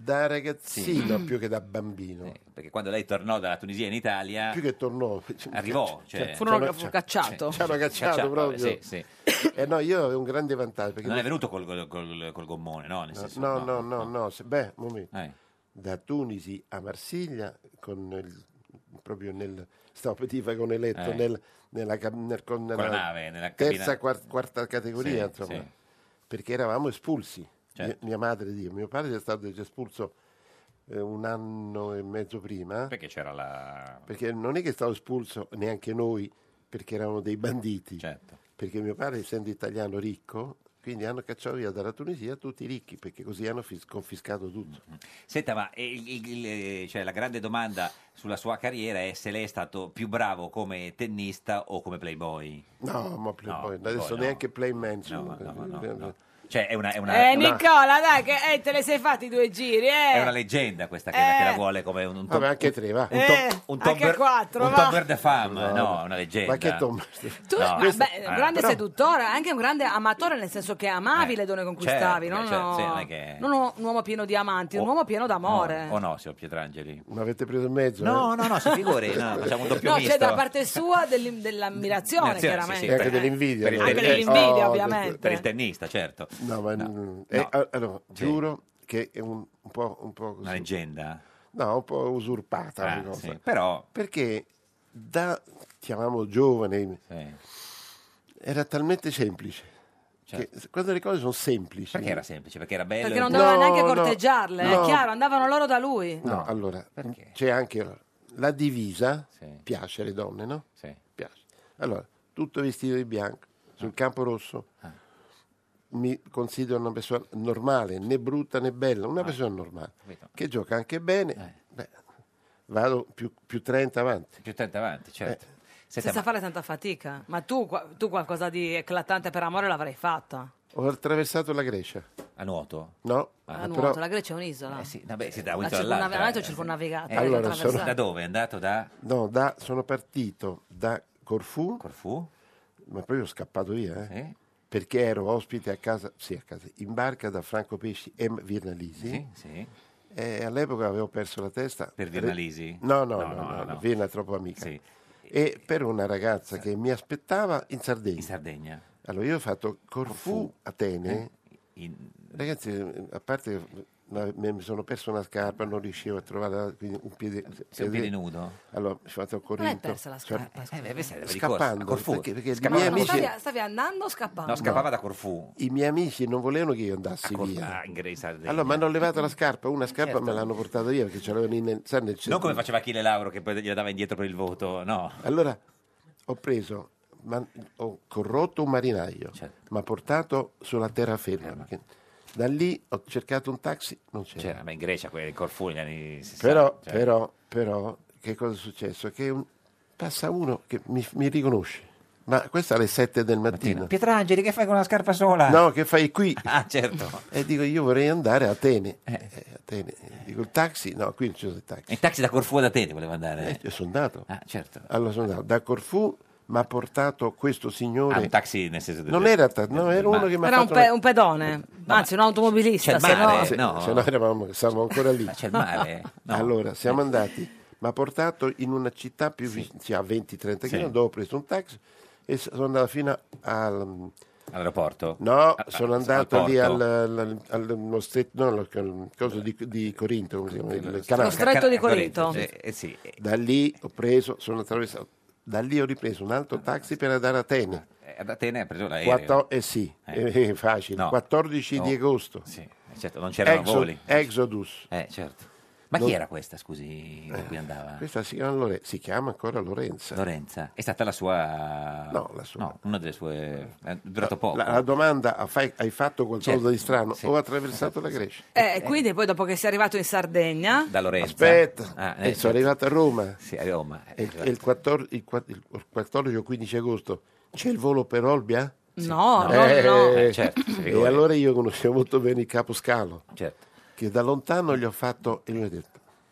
P: Da ragazzino più che da bambino.
C: Sì, perché quando lei tornò dalla Tunisia in Italia,
P: Più che tornò.
C: arrivò. Cioè,
B: Furono
P: C'era-
B: cacciato.
P: Ci hanno cacciato
C: Cacciato,
P: proprio.
C: sì, sì.
P: Eh no, io avevo un grande vantaggio. Perché
C: non è venuto col, col- col- col gommone, no? Nel senso,
P: No, no, no, no, se- beh, un momento.
C: Eh.
P: Da Tunisi a Marsiglia, con il- proprio nel stavo per dire vagoneletto,
C: Eh.
P: nel, nella, ca- nel- con,
C: la
P: nella
C: nave, nella
P: terza,
C: cabina.
P: quar- quarta categoria,
C: Sì,
P: insomma,
C: sì.
P: perché eravamo espulsi.
C: Certo.
P: Mia, mia madre Dio, mio padre è stato espulso eh, un anno e mezzo prima,
C: Perché c'era la...
P: perché non è che è stato espulso neanche noi perché eravamo dei banditi,
C: Certo.
P: perché mio padre, essendo italiano ricco, quindi hanno cacciato via dalla Tunisia tutti i ricchi, perché così hanno fis- confiscato tutto.
C: Senta, ma eh, il- il- il- cioè, la grande domanda sulla sua carriera è se lei è stato più bravo come tennista o come playboy.
P: No, ma Playboy,
C: No,
P: adesso
C: no.
P: neanche Playman.
C: No,
P: su-
C: no, no, no. Cioè, è una, è una,
B: Eh,
C: è una-
B: Nicola, dai, che eh, te le sei fatti due giri, eh.
C: è una leggenda questa che,
B: Eh.
C: che la vuole come un, un
P: Vabbè, anche tre, va.
C: un,
B: Eh,
C: top, un
B: anche
C: topper-
B: quattro,
C: un
B: va.
C: topper de femme,
P: No,
C: no, è una leggenda.
P: Ma che Tom?
B: Tu,
C: No.
B: vabbè, è un
C: Eh.
B: grande
P: Però-
B: seduttore, anche un grande amatore, nel senso che amavi
C: Eh,
B: le donne con cui stavi,
C: certo,
B: non,
C: beh, certo,
B: uno-
C: sì, non è che-
B: non un uomo pieno di amanti, un
C: O-
B: uomo pieno d'amore.
C: No, o no, signor Pietrangeli?
P: Mi avete preso in mezzo?
C: No,
P: eh?
C: no, no, si figuri, no, facciamo un doppio
B: No,
C: misto.
B: c'è da parte sua dell'im- dell'ammirazione,
C: Sì, sì,
B: chiaramente.
C: sì,
P: E anche
C: per-
P: dell'invidia.
C: per il
P: no?
B: Anche
C: tennis-
B: dell'invidia,
P: Oh,
B: ovviamente.
C: Per il tennista, certo.
P: No, ma
C: No.
P: eh,
C: No.
P: ah, allora,
C: Sì.
P: giuro che è un, un po', un po' così.
C: Una leggenda?
P: No, un po' usurpata
C: Ah,
P: la cosa.
C: sì, però...
P: Perché da, chiamiamolo giovane,
C: Sì.
P: era talmente semplice. Che quando le cose sono semplici.
C: Perché era semplice? Perché era bello?
B: Perché non
P: No,
B: doveva neanche
P: no,
B: corteggiarle,
P: no.
B: è chiaro, andavano loro da lui.
P: No, allora, c'è anche la divisa,
C: Sì.
P: piace alle donne, no?
C: Sì.
P: Piace. Allora, tutto vestito di bianco, sul campo rosso,
C: Ah.
P: mi considero una persona normale, né brutta né bella, una persona normale,
C: Capito.
P: che gioca anche bene,
C: Eh.
P: beh, vado più, più trenta avanti.
C: Più tanto avanti, certo. Senta,
B: Senza
C: ma-
B: fare tanta fatica. Ma tu, qua- tu qualcosa di eclatante per amore l'avrai fatta.
P: Ho attraversato la Grecia.
C: A nuoto?
P: No,
C: Ah,
B: A
P: però-
B: nuoto, la Grecia è un'isola.
C: Eh sì, vabbè, si da un
B: La
C: inizio
B: circunnav-
C: all'altro.
B: non è detto
C: eh.
B: circonnavigata,
C: Eh,
P: allora,
B: attraversata.
P: sono-
C: Da dove? È andato da
P: no, da, sono partito da Corfù,
C: Corfù?
P: ma poi ho scappato via, eh,
C: Sì?
P: perché ero ospite a casa, sì, a casa, in barca da Franco Pesci e Virnalisi.
C: Sì, sì.
P: E all'epoca avevo perso la testa.
C: Per Virnalisi?
P: No, no,
C: No,
P: no,
C: no,
P: no,
C: no.
P: Virna è troppo amica.
C: Sì.
P: E per una ragazza che mi aspettava in Sardegna.
C: In Sardegna.
P: Allora io ho fatto Corfù, Atene.
C: In-
P: Ragazzi, a parte che la- mi sono perso una scarpa, non riuscivo a trovare quindi un piede.
C: Sei un piede nudo?
P: Allora mi sono fatto a
B: Non hai
P: Corinto.
B: persa la scarpa,
C: Eh, beh, questa era di
P: Scappando,
C: corsa, a Corfù.
P: perché- perché i
C: Scappava
P: miei
C: da
P: amici-
C: Corfù.
B: Stavi, stavi andando o scappando?
C: No, scappava da Corfù.
P: I miei amici non volevano che io andassi
C: A Cor-
P: via.
C: ah, in Gre- Sardegna.
P: Allora mi hanno levato la scarpa, una scarpa
C: Certo.
P: me l'hanno portata via perché c'erano in, sai, nel
C: Non
P: centro.
C: come faceva Achille Lauro che poi gliela dava indietro per il voto, no.
P: Allora ho preso, ma- ho corrotto un marinaio,
C: Certo.
P: mi ha portato sulla terraferma. perché da lì ho cercato un taxi, non c'era.
C: C'era, ma in Grecia, quelli di Corfù negli anni sessanta.
P: Però,
C: cioè.
P: però, però, che cosa è successo? Che un- passa uno che mi, mi riconosce. Ma questo alle sette del mattino.
C: Pietrangeli, che fai con una scarpa sola?
P: No, che fai qui?
C: Ah, certo.
P: E dico, io vorrei andare a Atene.
C: Eh.
P: Eh, Atene. Dico, il taxi? No, qui non c'è il taxi.
C: In taxi da Corfù ad Atene voleva andare.
P: Eh, sono andato.
C: Ah, certo.
P: Allora sono andato. Da Corfù mi ha portato questo signore.
C: Ah, un taxi nel senso del-
P: Non era, ta- no, era uno che mi ha
B: Era un,
P: fatto...
B: pe- un pedone, anzi un automobilista.
C: c'è il
B: se no-
C: mare.
P: Se,
C: no.
P: se no eravamo, stavamo ancora lì.
C: Ma c'è il mare? No.
P: Allora, siamo andati, mi ha portato in una città più vicina, cioè a venti trenta
C: Sì.
P: km, dopo ho preso un taxi e sono andato fino al...
C: All'aeroporto?
P: No,
C: Ah,
P: sono
C: ah,
P: andato
C: al
P: lì
C: porto?
P: al, al, allo stretto, no, al, al coso di, di Corinto, come si chiama? Il canale.
B: Lo stretto di
C: Ca-
B: Corinto.
C: Eh, eh, sì. eh,
P: Da lì ho preso, sono attraversato, da lì ho ripreso un altro taxi per andare a Atene.
C: eh, Ad Atene ha preso l'aereo.
P: Quattro- eh sì,
C: Eh.
P: è facile,
C: No.
P: quattordici di
C: No.
P: agosto.
C: Sì, eh, certo, non c'erano
P: Exo-
C: voli.
P: Exodus.
C: Eh, certo. Ma chi
P: Non-
C: era questa, scusi, con cui andava?
P: Questa si chiama, Lore- si chiama ancora Lorenza.
C: Lorenza. È stata la sua...
P: No, la sua.
C: No, una delle sue... È durato poco.
P: La, la domanda, ah, fai- hai fatto qualcosa
C: Certo,
P: di strano?
C: sì.
P: Ho attraversato la Grecia.
B: Eh, quindi poi dopo che sei arrivato in Sardegna,
C: Da Lorenza.
P: Aspetta,
C: Ah,
P: e
C: eh,
P: sono
C: certo.
P: arrivato a Roma.
C: Sì, a Roma.
P: E, e il, quattordici, il quatt- il quattordici o quindici agosto c'è il volo per Olbia?
B: no, no,
P: Eh,
B: no.
C: Eh, certo, si
P: E
C: figuri.
P: allora io conoscevo molto bene il caposcalo,
C: Certo.
P: che da lontano gli ho fatto e lui mi ha detto,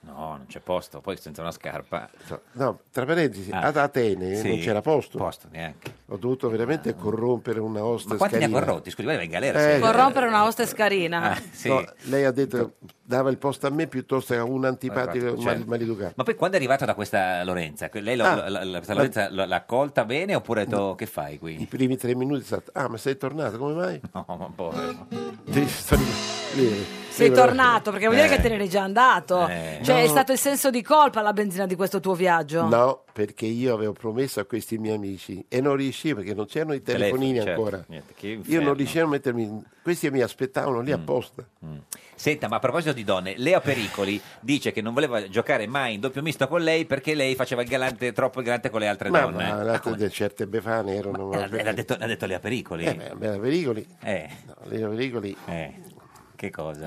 C: No, non c'è posto, poi senza una scarpa.
P: No, tra parentesi,
C: Ah,
P: ad Atene
C: sì.
P: non c'era posto.
C: Posto, neanche.
P: Ho dovuto veramente corrompere una
C: Ma
P: hostess
C: quanti ne ha
P: carina.
C: corrotti? Scusi, lei va in galera.
P: Eh,
C: se-
B: Corrompere una hostess carina.
C: Ah, sì.
P: No, lei ha detto dava il posto a me piuttosto che a un antipatico
C: Certo.
P: mal- maleducato.
C: Ma poi quando è arrivato da questa Lorenza, que- lei lo-
P: Ah.
C: la- la- questa Lorenza lo- l'ha accolta bene oppure ha detto che fai qui?
P: I primi tre minuti è stato, ah ma sei tornato, come mai?
C: No, ma povero.
P: Devi stare lì.
B: Sei
P: Lì,
B: tornato, perché vuol dire
P: Eh.
B: che te ne eri già andato.
P: Eh.
B: Cioè, è
P: No.
B: stato il senso di colpa la benzina di questo tuo viaggio?
P: No, perché io avevo promesso a questi miei amici e non riuscivo perché non c'erano i telefonini
C: Telefoni, certo.
P: ancora.
C: Niente, che
P: Io
C: inferno.
P: non riuscivo a mettermi. in- Questi mi aspettavano lì apposta.
C: Senta, ma a proposito di donne, Lea Pericoli dice che non voleva giocare mai in doppio misto con lei perché lei faceva il galante, troppo il galante con le altre
P: Ma,
C: donne.
P: ma
C: Ah, come?
P: de- certe befane erano.
C: Eh, l'ha, l'ha detto, l'ha detto Lea Pericoli?
P: Eh, beh, Lea Pericoli.
C: Eh.
P: No, Lea Pericoli.
C: Eh. Che cosa?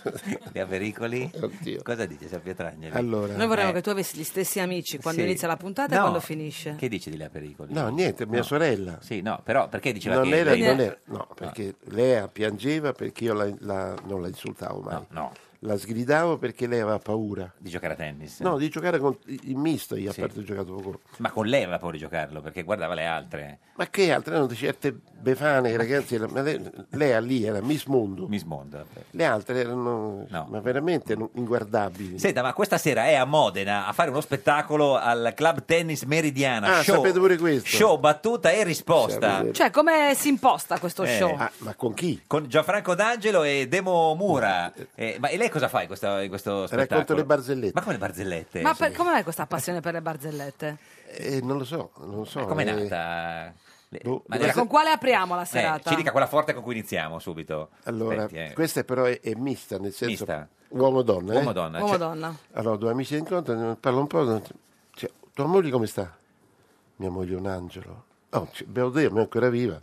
C: Lea Pericoli? Cosa dice San Pietrangeli?
P: Allora,
B: Noi vorremmo
C: Eh.
B: che tu avessi gli stessi amici quando
C: Sì.
B: inizia la puntata e
C: No.
B: quando finisce.
C: Che dici di Lea Pericoli?
P: No, niente, mia sorella.
C: Sì, no, però perché diceva
P: Non
C: che
P: era,
C: lei-
P: non era- no, perché Lea piangeva perché io la, la- non la insultavo mai.
C: no.
P: La sgridavo perché lei aveva paura.
C: Di giocare a tennis?
P: No, di giocare con in misto, io
C: Sì.
P: a parte ho giocato poco.
C: Ma con lei aveva paura di giocarlo perché guardava le altre.
P: Ma che altre erano di certe befane, ragazzi, la- ma lei, lei lì era Miss Mondo.
C: Miss Mondo.
P: Le altre erano ma veramente non- inguardabili.
C: Senta, ma questa sera è a Modena a fare uno spettacolo al Club Tennis Meridiana.
P: Ah,
C: show,
P: sapete pure questo?
C: Show battuta e risposta.
P: Sapete.
B: Cioè, come si imposta questo
C: Eh.
B: show?
P: Ah, ma con chi?
C: Con Gianfranco D'Angelo e Demo Mura. Eh, ma e lei cosa fa in questo, in questo spettacolo?
P: Racconto le barzellette.
C: Ma come le barzellette?
B: Ma per, come mai questa passione per le barzellette?
P: Eh, non lo so, non lo so.
C: Come è
P: eh,
C: nata? Le-
P: boh,
C: ma
B: Cioè,
C: le-
B: con quale apriamo la
C: eh,
B: serata?
C: ci dica quella forte con cui iniziamo subito.
P: Allora,
C: Aspetti, eh.
P: questa però è, è mista, nel senso
C: Mista.
P: uomo-donna. eh?
C: Uomo-donna, cioè-
B: Uomo-donna.
P: Allora, due amici si incontrano, parla un po'. Cioè, tua moglie come sta? Mia moglie è un angelo. Oh, cioè, bevo Dio, mi è ancora viva.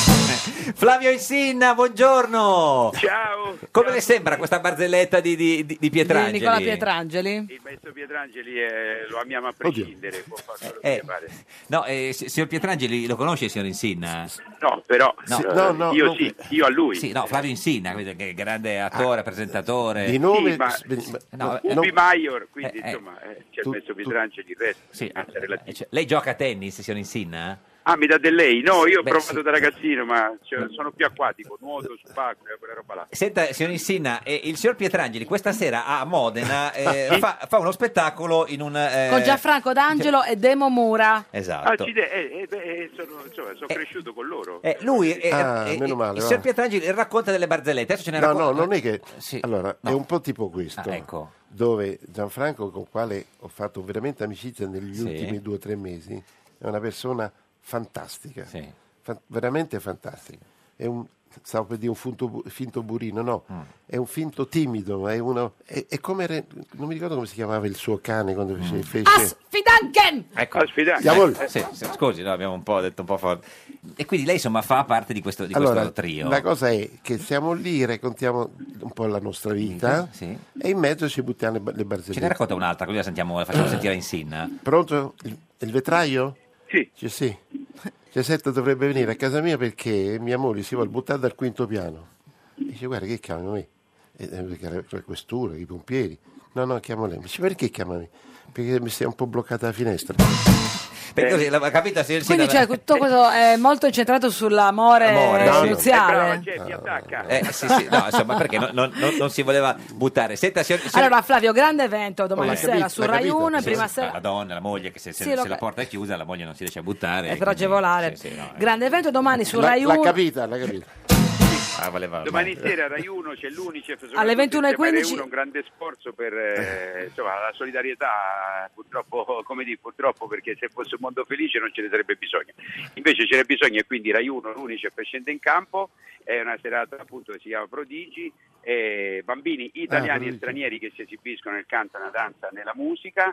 C: Flavio Insinna, buongiorno!
Q: Ciao!
C: Come le sembra questa barzelletta di, di, di- di Pietrangeli?
B: Di Nicola Pietrangeli?
Q: Il maestro Pietrangeli eh, lo amiamo a prescindere, può fare quello che
C: Eh,
Q: pare.
C: no, eh, si- signor Pietrangeli, lo conosce il signor Insinna?
Q: No, però
C: No.
Q: eh,
P: no, no,
Q: io
P: no.
Q: sì, io a lui.
C: Sì, no, Flavio Insinna, che è grande attore, presentatore.
P: Di nome...
Q: Sì, ma-
C: No, eh,
Q: Ubi Maior, quindi
C: Eh, eh.
Q: insomma eh, c'è
P: Tu-
Q: il maestro
P: tu-
Q: Pietrangeli, il resto.
C: Sì,
Q: è relativo.
C: eh, cioè, lei gioca a tennis, signor Insinna?
Q: Ah, mi dà del lei? No, io ho
C: Beh,
Q: provato
C: sì.
Q: da ragazzino, ma cioè, sono più acquatico, nuoto, subacqueo, quella roba là.
C: Senta, signor Insinna, eh, il signor Pietrangeli questa sera a Modena eh, fa, fa uno spettacolo in un... eh,
B: Con Gianfranco D'Angelo e Demo Mura.
C: Esatto.
Q: Accide- eh, eh, beh, eh, sono, insomma, sono cresciuto con loro.
C: Eh, lui, eh,
P: Ah,
C: eh,
P: meno
C: eh,
P: male,
C: il
P: va.
C: signor Pietrangeli racconta delle barzellette. Adesso ce ne
P: No,
C: racconta...
P: no, non è che...
C: Sì.
P: Allora,
C: No.
P: è un po' tipo questo.
C: Ah, ecco.
P: Dove Gianfranco, con quale ho fatto veramente amicizia negli
C: Sì.
P: ultimi due o tre mesi, è una persona fantastica.
C: Sì.
P: Fa- veramente fantastica. È un, stavo per dire un finto, bu- finto burino, no,
C: Mm.
P: è un finto timido, è uno... È, è come... re- non mi ricordo come si chiamava il suo cane quando
C: Mm.
P: fece... fece
B: Asfidanken!
C: Ecco.
Q: Ah, sfidante.
P: Diavolo.
C: Eh, sì, sì, scusi, no, abbiamo un po' detto un po' forte. E quindi lei insomma fa parte di questo, di
P: Allora,
C: questo trio.
P: la cosa è che siamo lì, raccontiamo un po' la nostra vita
C: Sì.
P: e in mezzo ci buttiamo le, ba- le
C: Ce ne
P: barzellette.
C: racconta un'altra, così la sentiamo, la facciamo sentire a Insinna.
P: Pronto? Il, il vetraio?
Q: Sì.
P: Dice sì. Giasetto dovrebbe venire a casa mia perché mia moglie si vuole buttare dal quinto piano. Dice guarda che chiamano me? E, eh, perché era la questura, i pompieri. No, no, chiamo lei. Dice perché chiama me? Perché mi sei un po' bloccata la finestra.
C: Perché così, l'ha capito, signor
B: Quindi
C: Insinna?
B: cioè, tutto questo è molto incentrato sull'amore
C: Amore,
P: no, no.
Q: Eh,
B: nuziale.
Q: brava, Geppi, attacca.
C: Eh, sì, sì, no, insomma, perché non, non- non- non si voleva buttare. Senta, signor, signor-
B: Allora, Flavio, grande evento domani
P: Oh, l'ha
B: sera
P: capito,
B: su
P: l'ha
B: Rai
P: capito.
B: uno, in
C: Sì,
B: prima
C: sì,
B: sera.
C: la donna, la moglie, che se, se-
B: Sì,
C: se
B: lo
C: la
B: ca-
C: porta è chiusa, la moglie non si riesce a buttare.
B: È
C: e
B: per
C: quindi-
B: agevolare.
C: Sì, sì, no, eh.
B: Grande evento domani su
P: L'ha,
B: Rai
P: l'ha
B: uno.
P: capita, l'ha capita.
C: Ah, voleva-
Q: Domani
C: no.
Q: sera Rai uno c'è l'Unicef soprattutto
B: Alle ventuno e
Q: insieme a Rai
B: quindici.
Q: uno, un grande sforzo per eh, insomma, la solidarietà, purtroppo come dire, purtroppo perché se fosse un mondo felice non ce ne sarebbe bisogno, invece ce n'è bisogno e quindi Rai uno, l'Unicef scende in campo, è una serata appunto che si chiama Prodigi, eh, bambini italiani
P: Prodigi.
Q: e stranieri che si esibiscono nel canto, nella danza, nella musica.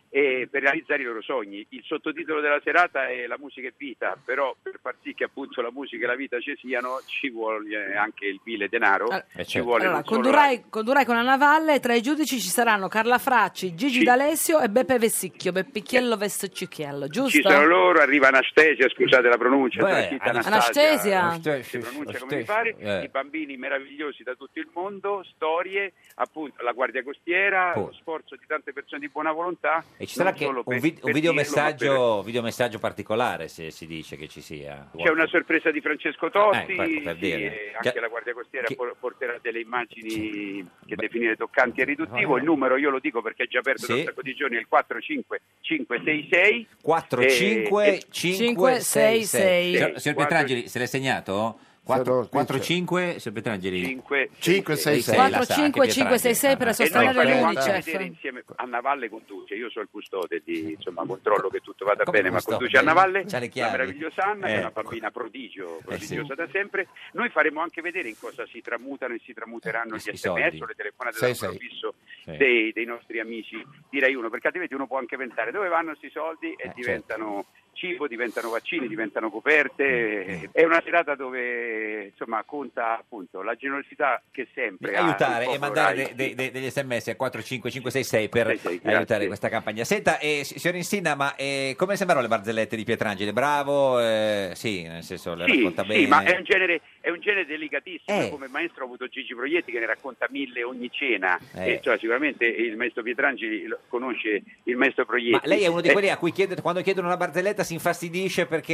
Q: e per realizzare i loro sogni. Il sottotitolo della serata è La musica è vita, però per far sì che appunto la musica e la vita ci siano ci vuole anche il vile denaro.
B: Ah,
C: Eh,
Q: ci
C: certo.
Q: vuole
B: Allora,
Q: non solo
B: condurrai, condurrai con Anna Valle e tra i giudici ci saranno Carla Fracci, Gigi
Q: Sì.
B: D'Alessio e Beppe Vessicchio, Beppicchiello Vessicchiello, giusto?
Q: Ci sono loro, arriva Anastasia, scusate la pronuncia,
C: Beh,
Q: tra chi sta
B: Anastasia.
Q: Anastasia, si pronuncia come mi pare,
C: Eh.
Q: i bambini meravigliosi da tutto il mondo, storie, appunto la Guardia Costiera,
C: Oh.
Q: lo sforzo di tante persone di buona volontà.
C: E ci sarà
Q: non
C: anche
Q: solo
C: un,
Q: per-
C: vid- un
Q: per
C: videomessaggio,
Q: dirlo, ma
C: videomessaggio particolare, se si dice che ci sia.
Q: per- C'è una sorpresa di Francesco Totti,
C: Eh, ecco, per
Q: sì,
C: dire.
Q: e anche
C: Che-
Q: la Guardia Costiera
C: che-
Q: por- porterà delle immagini che definire toccanti e riduttivo. Il numero io lo dico perché è già aperto da
C: Sì.
Q: un sacco di giorni, è il quattro cinque cinque sei sei
C: quattro
Q: e-
C: cinque
Q: e-
C: cinque sei sei. Signor
Q: Sì,
C: Pietrangeli, se l'hai segnato? quattro cinque, signor Pietrangeli.
Q: cinque
P: cinque sei sei.
B: quattro cinque cinque sei sei per
Q: E noi
B: sostenere
Q: faremo anche
B: l'Unicef.
Q: vedere insieme Anna Valle conduce, io sono il custode di insomma controllo che tutto vada
C: Come
Q: bene, ma
C: custode?
Q: conduce Anna Valle,
C: C'ha le
Q: la
C: chiavi.
Q: meravigliosa Anna, che è
C: Eh.
Q: una bambina prodigio, prodigiosa
C: sì.
Q: da sempre. Noi faremo anche vedere in cosa si tramutano e si tramuteranno
C: I-
Q: gli
C: i
Q: S M S
C: soldi.
Q: o le telefonate
P: Sei,
Q: da numero
P: sei.
Q: fisso
C: Sì.
Q: dei, dei nostri amici di Rai uno, perché altrimenti uno può anche pensare dove vanno questi soldi e
C: Eh,
Q: diventano cibo, diventano vaccini, diventano coperte. È una serata dove insomma conta appunto la generosità che sempre ha
C: Aiutare
Q: il
C: e
Q: popolo
C: mandare
Q: Rai.
C: de- de- de- degli sms a quattro cinque cinque sei sei per
Q: Sei, sei, grazie.
C: aiutare questa campagna. Senta, eh, si- signor Insinna, ma eh, come sembrano le barzellette di Pietrangeli? Bravo? Eh, sì, nel senso le
Q: Sì,
C: racconta
Q: sì,
C: bene.
Q: ma è un genere, è un genere delicatissimo.
C: Eh.
Q: Io come maestro ho avuto Gigi Proietti che ne racconta mille ogni cena.
C: Eh.
Q: E, cioè, sicuramente il maestro Pietrangeli lo- conosce il maestro Proietti.
C: Ma lei è uno di
Q: Eh,
C: quelli a cui chiede, quando chiedono una barzelletta si infastidisce perché...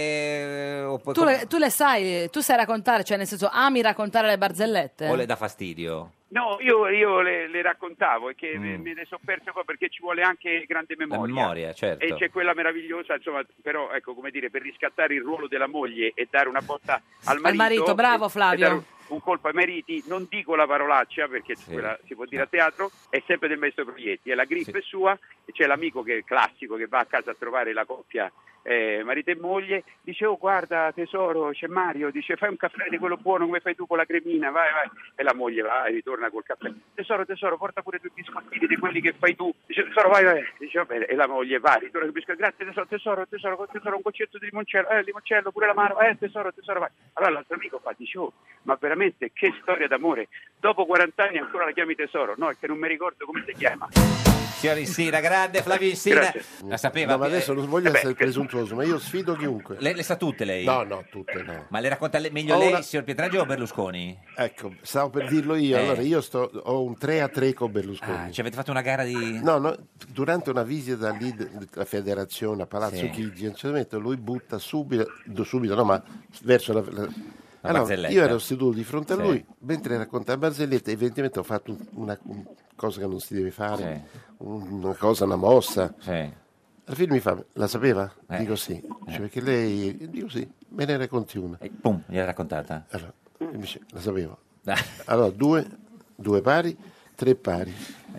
C: eh, o, poi
B: Tu
C: com-
B: le, tu le sai, tu sai raccontare, cioè nel senso ami raccontare le barzellette?
C: o le dà fastidio?
Q: No, io, io le, le raccontavo e che me,
C: Mm.
Q: me ne sono perso qua perché ci vuole anche grande
C: La
Q: memoria.
C: memoria, certo.
Q: E c'è quella meravigliosa, insomma, però ecco come dire, per riscattare il ruolo della moglie e dare una botta al marito.
B: marito, bravo,
Q: e-
B: Flavio.
Q: e dare un, un colpo ai mariti, non dico la parolaccia perché quella si può dire a teatro, è sempre del maestro Proietti, e la griffa è sua, e c'è l'amico che è classico che va a casa a trovare la coppia eh, marito e moglie, dice oh guarda tesoro c'è Mario, dice fai un caffè di quello buono come fai tu con la cremina, vai vai, e la moglie va e ritorna col caffè, tesoro tesoro porta pure due biscottini di quelli che fai tu, dice tesoro vai vai, dice va bene, e la moglie va, ritorna con i biscotti, grazie tesoro tesoro tesoro tesoro un goccetto di limoncello, eh limoncello pure l'amaro, eh tesoro tesoro vai, allora l'altro amico fa, dice oh ma veramente che storia d'amore, dopo quaranta anni ancora la chiami tesoro, no è che non mi ricordo come si chiama.
C: Signor Insinna, grande Flavio Insinna.
Q: Grazie.
C: La sapeva?
P: No, ma adesso non voglio
Q: Eh beh,
P: essere presuntuoso, ma io sfido chiunque.
C: Le, le sa tutte lei?
P: No, no, tutte no.
C: Ma le racconta le- meglio
P: Ho
C: lei,
P: una-
C: signor Pietrangeli o Berlusconi?
P: Ecco, stavo per dirlo io.
C: Eh.
P: Allora, io sto, ho un tre a tre con Berlusconi.
C: Ah, ci avete fatto una gara di...
P: No, no, durante una visita lì della federazione a Palazzo
C: Sì.
P: Chigi, a un certo momento lui butta subito, do- subito no, ma verso la... la- allora,
C: barzelletta.
P: io ero seduto di fronte a
C: Sì.
P: lui, mentre raccontava barzellette, evidentemente ho fatto un- una, una cosa che non si deve fare, un- una cosa, una mossa.
C: Sì.
P: Alla fine mi fa, la sapeva?
C: Eh.
P: Dico sì, Dice, perché lei, dico sì, me ne racconti una.
C: E pum, gliel'ha raccontata.
P: Allora, mi dice, la sapevo. Allora, due, due pari, tre pari.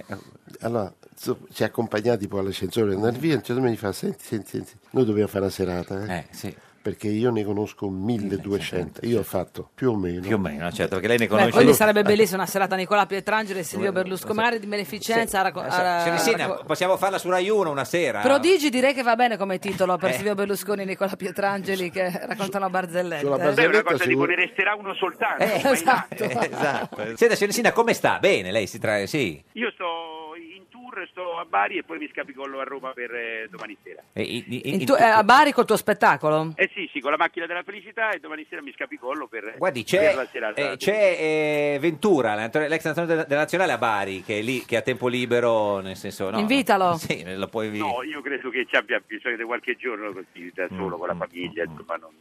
P: Allora, so- ci ha accompagnati poi all'ascensore, andare via, a un certo momento mi fa, senti, senti, senti, noi dobbiamo fare una serata, eh?
C: Eh, sì.
P: Perché io ne conosco milleduecento, io ho fatto più o meno.
C: Più o meno, certo, perché lei ne
B: Beh,
C: conosce...
B: quindi sarebbe bellissima una serata Nicola Pietrangeli e Silvio Berlusconi, magari di beneficenza. a racco- a-
C: Signor Insinna,
B: racco-
C: possiamo farla su Rai uno una sera?
B: Prodigi direi che va bene come titolo per
C: Eh.
B: Silvio Berlusconi e Nicola Pietrangeli che raccontano barzellette.
P: Sulla
B: eh.
Q: Beh, è una
P: barzelletta
Q: cosa
P: sicuro-
Q: tipo ne resterà uno soltanto.
C: Eh,
Q: ma in là-
B: esatto.
C: Eh, esatto. Senta, signor Insinna, come sta? Bene, lei si trae... Sì.
Q: Io sto in tour, sto a Bari e poi mi scapicollo a Roma per eh, domani sera.
C: E- in- in-
B: In
C: in-
B: tu- eh, a Bari col tuo spettacolo?
Q: Eh sì, sì, con la macchina della felicità e domani sera mi scapicollo per,
C: Guardi,
Q: per
C: c'è,
Q: la serata.
C: eh, c'è eh, Ventura, l'allenatore- l'ex allenatore della, della nazionale a Bari, che è lì, che ha tempo libero, nel senso... No,
B: Invitalo.
C: Sì, lo puoi...
Q: No, io credo che ci abbia bisogno di qualche giorno così, da solo,
C: Mm,
Q: con la famiglia, insomma, non...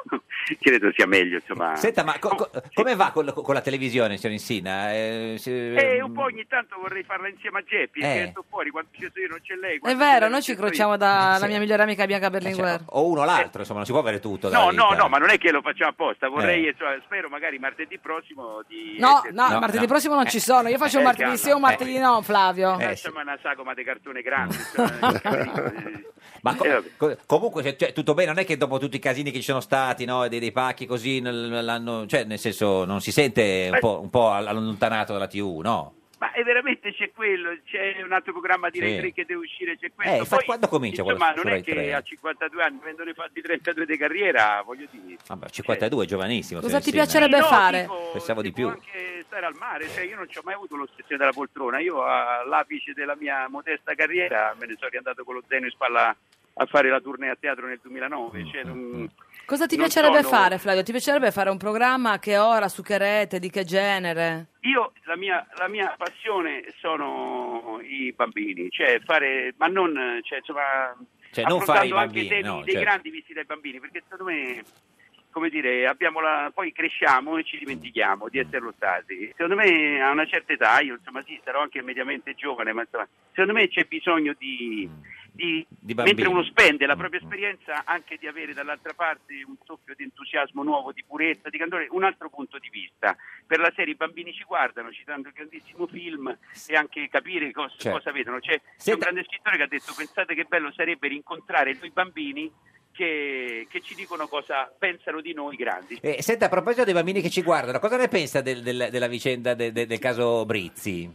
Q: credo sia meglio, insomma.
C: Senta, ma co- co- come va con, con la televisione, signor Insinna? Eh, si-
Q: Eh, un po' ogni tanto vorrei farla insieme a Geppi,
C: Eh.
Q: perché sto fuori, quando ci sono io non c'è lei.
B: È
Q: quando c'è
B: vero,
Q: lei
B: noi
Q: non
B: ci
Q: c'è sto io.
B: incrociamo dalla
C: sì.
B: mia migliore amica Bianca
C: eh, cioè,
B: Berlinguer.
C: o uno o l'altro, insomma, non si può avere tutto dalla
Q: No, no,
C: vita.
Q: no, ma non è che lo facciamo apposta, vorrei,
C: Eh.
Q: insomma, spero magari martedì prossimo di...
B: No,
Q: eh,
B: no,
C: No,
B: martedì
C: no.
B: prossimo non
C: Eh,
B: ci sono. Io faccio un
Q: eh,
B: martedì
Q: calma.
B: sì e un martedì no, Flavio.
C: Eh,
Q: Facciamo una sagoma di cartone grande, insomma, il camerino, eh.
C: Ma co-
Q: Eh, vabbè.
C: co- comunque, cioè, cioè, tutto bene, non è che dopo tutti i casini che ci sono stati, no, dei, dei pacchi così, nel- l'hanno- cioè, nel senso, non si sente un
Q: Eh.
C: po', un po' allontanato dalla tivù, no?
Q: Ma è veramente c'è quello, c'è un altro programma di Rai
C: Sì.
Q: tre che deve uscire, c'è
C: Eh,
Q: questo.
C: infatti,
Q: Poi,
C: quando comincia quello
Q: insomma,
C: su
Q: non è
C: Rai
Q: che
C: tre?
Q: a cinquantadue anni, avendone fatti trentadue di carriera, voglio dire.
C: Vabbè, cinquantadue è giovanissimo.
B: Cosa
C: signor
B: ti
C: Sina.
B: piacerebbe
Q: No,
B: fare?
Q: dico,
C: Pensavo di
Q: si
C: più.
Q: può anche stare al mare, cioè io non ci ho mai avuto l'ossessione della poltrona, io all'apice della mia modesta carriera me ne sono riandato con lo zaino in spalla a fare la tournée a teatro nel duemilanove. Cioè, non,
B: Cosa ti
Q: non
B: piacerebbe
Q: sono-
B: fare, Flavio? Ti piacerebbe fare un programma a che ora, su che rete, di che genere?
Q: Io, la mia, la mia passione sono i bambini, cioè fare, ma non, cioè, insomma,
C: Cioè, non
Q: affrontando
C: fare i
Q: anche
C: bambini,
Q: temi
C: no,
Q: dei
C: certo.
Q: grandi visti dai bambini, perché secondo me, come dire, abbiamo la, poi cresciamo e ci dimentichiamo di esserlo stati. Secondo me a una certa età, io insomma sì, sarò anche mediamente giovane, ma insomma, secondo me c'è bisogno di, di,
C: Di bambini.
Q: mentre uno spende la propria esperienza, anche di avere dall'altra parte un soffio di entusiasmo nuovo, di purezza, di candore, un altro punto di vista. Per la serie i bambini ci guardano, ci danno un grandissimo film e anche capire cos-
C: Certo.
Q: cosa vedono. C'è, c'è un grande scrittore che ha detto: pensate che bello sarebbe rincontrare noi bambini che, che ci dicono cosa pensano di noi grandi.
C: Eh, senta, a proposito dei bambini che ci guardano, cosa ne pensa del- del- della vicenda de- de- del caso Brizzi?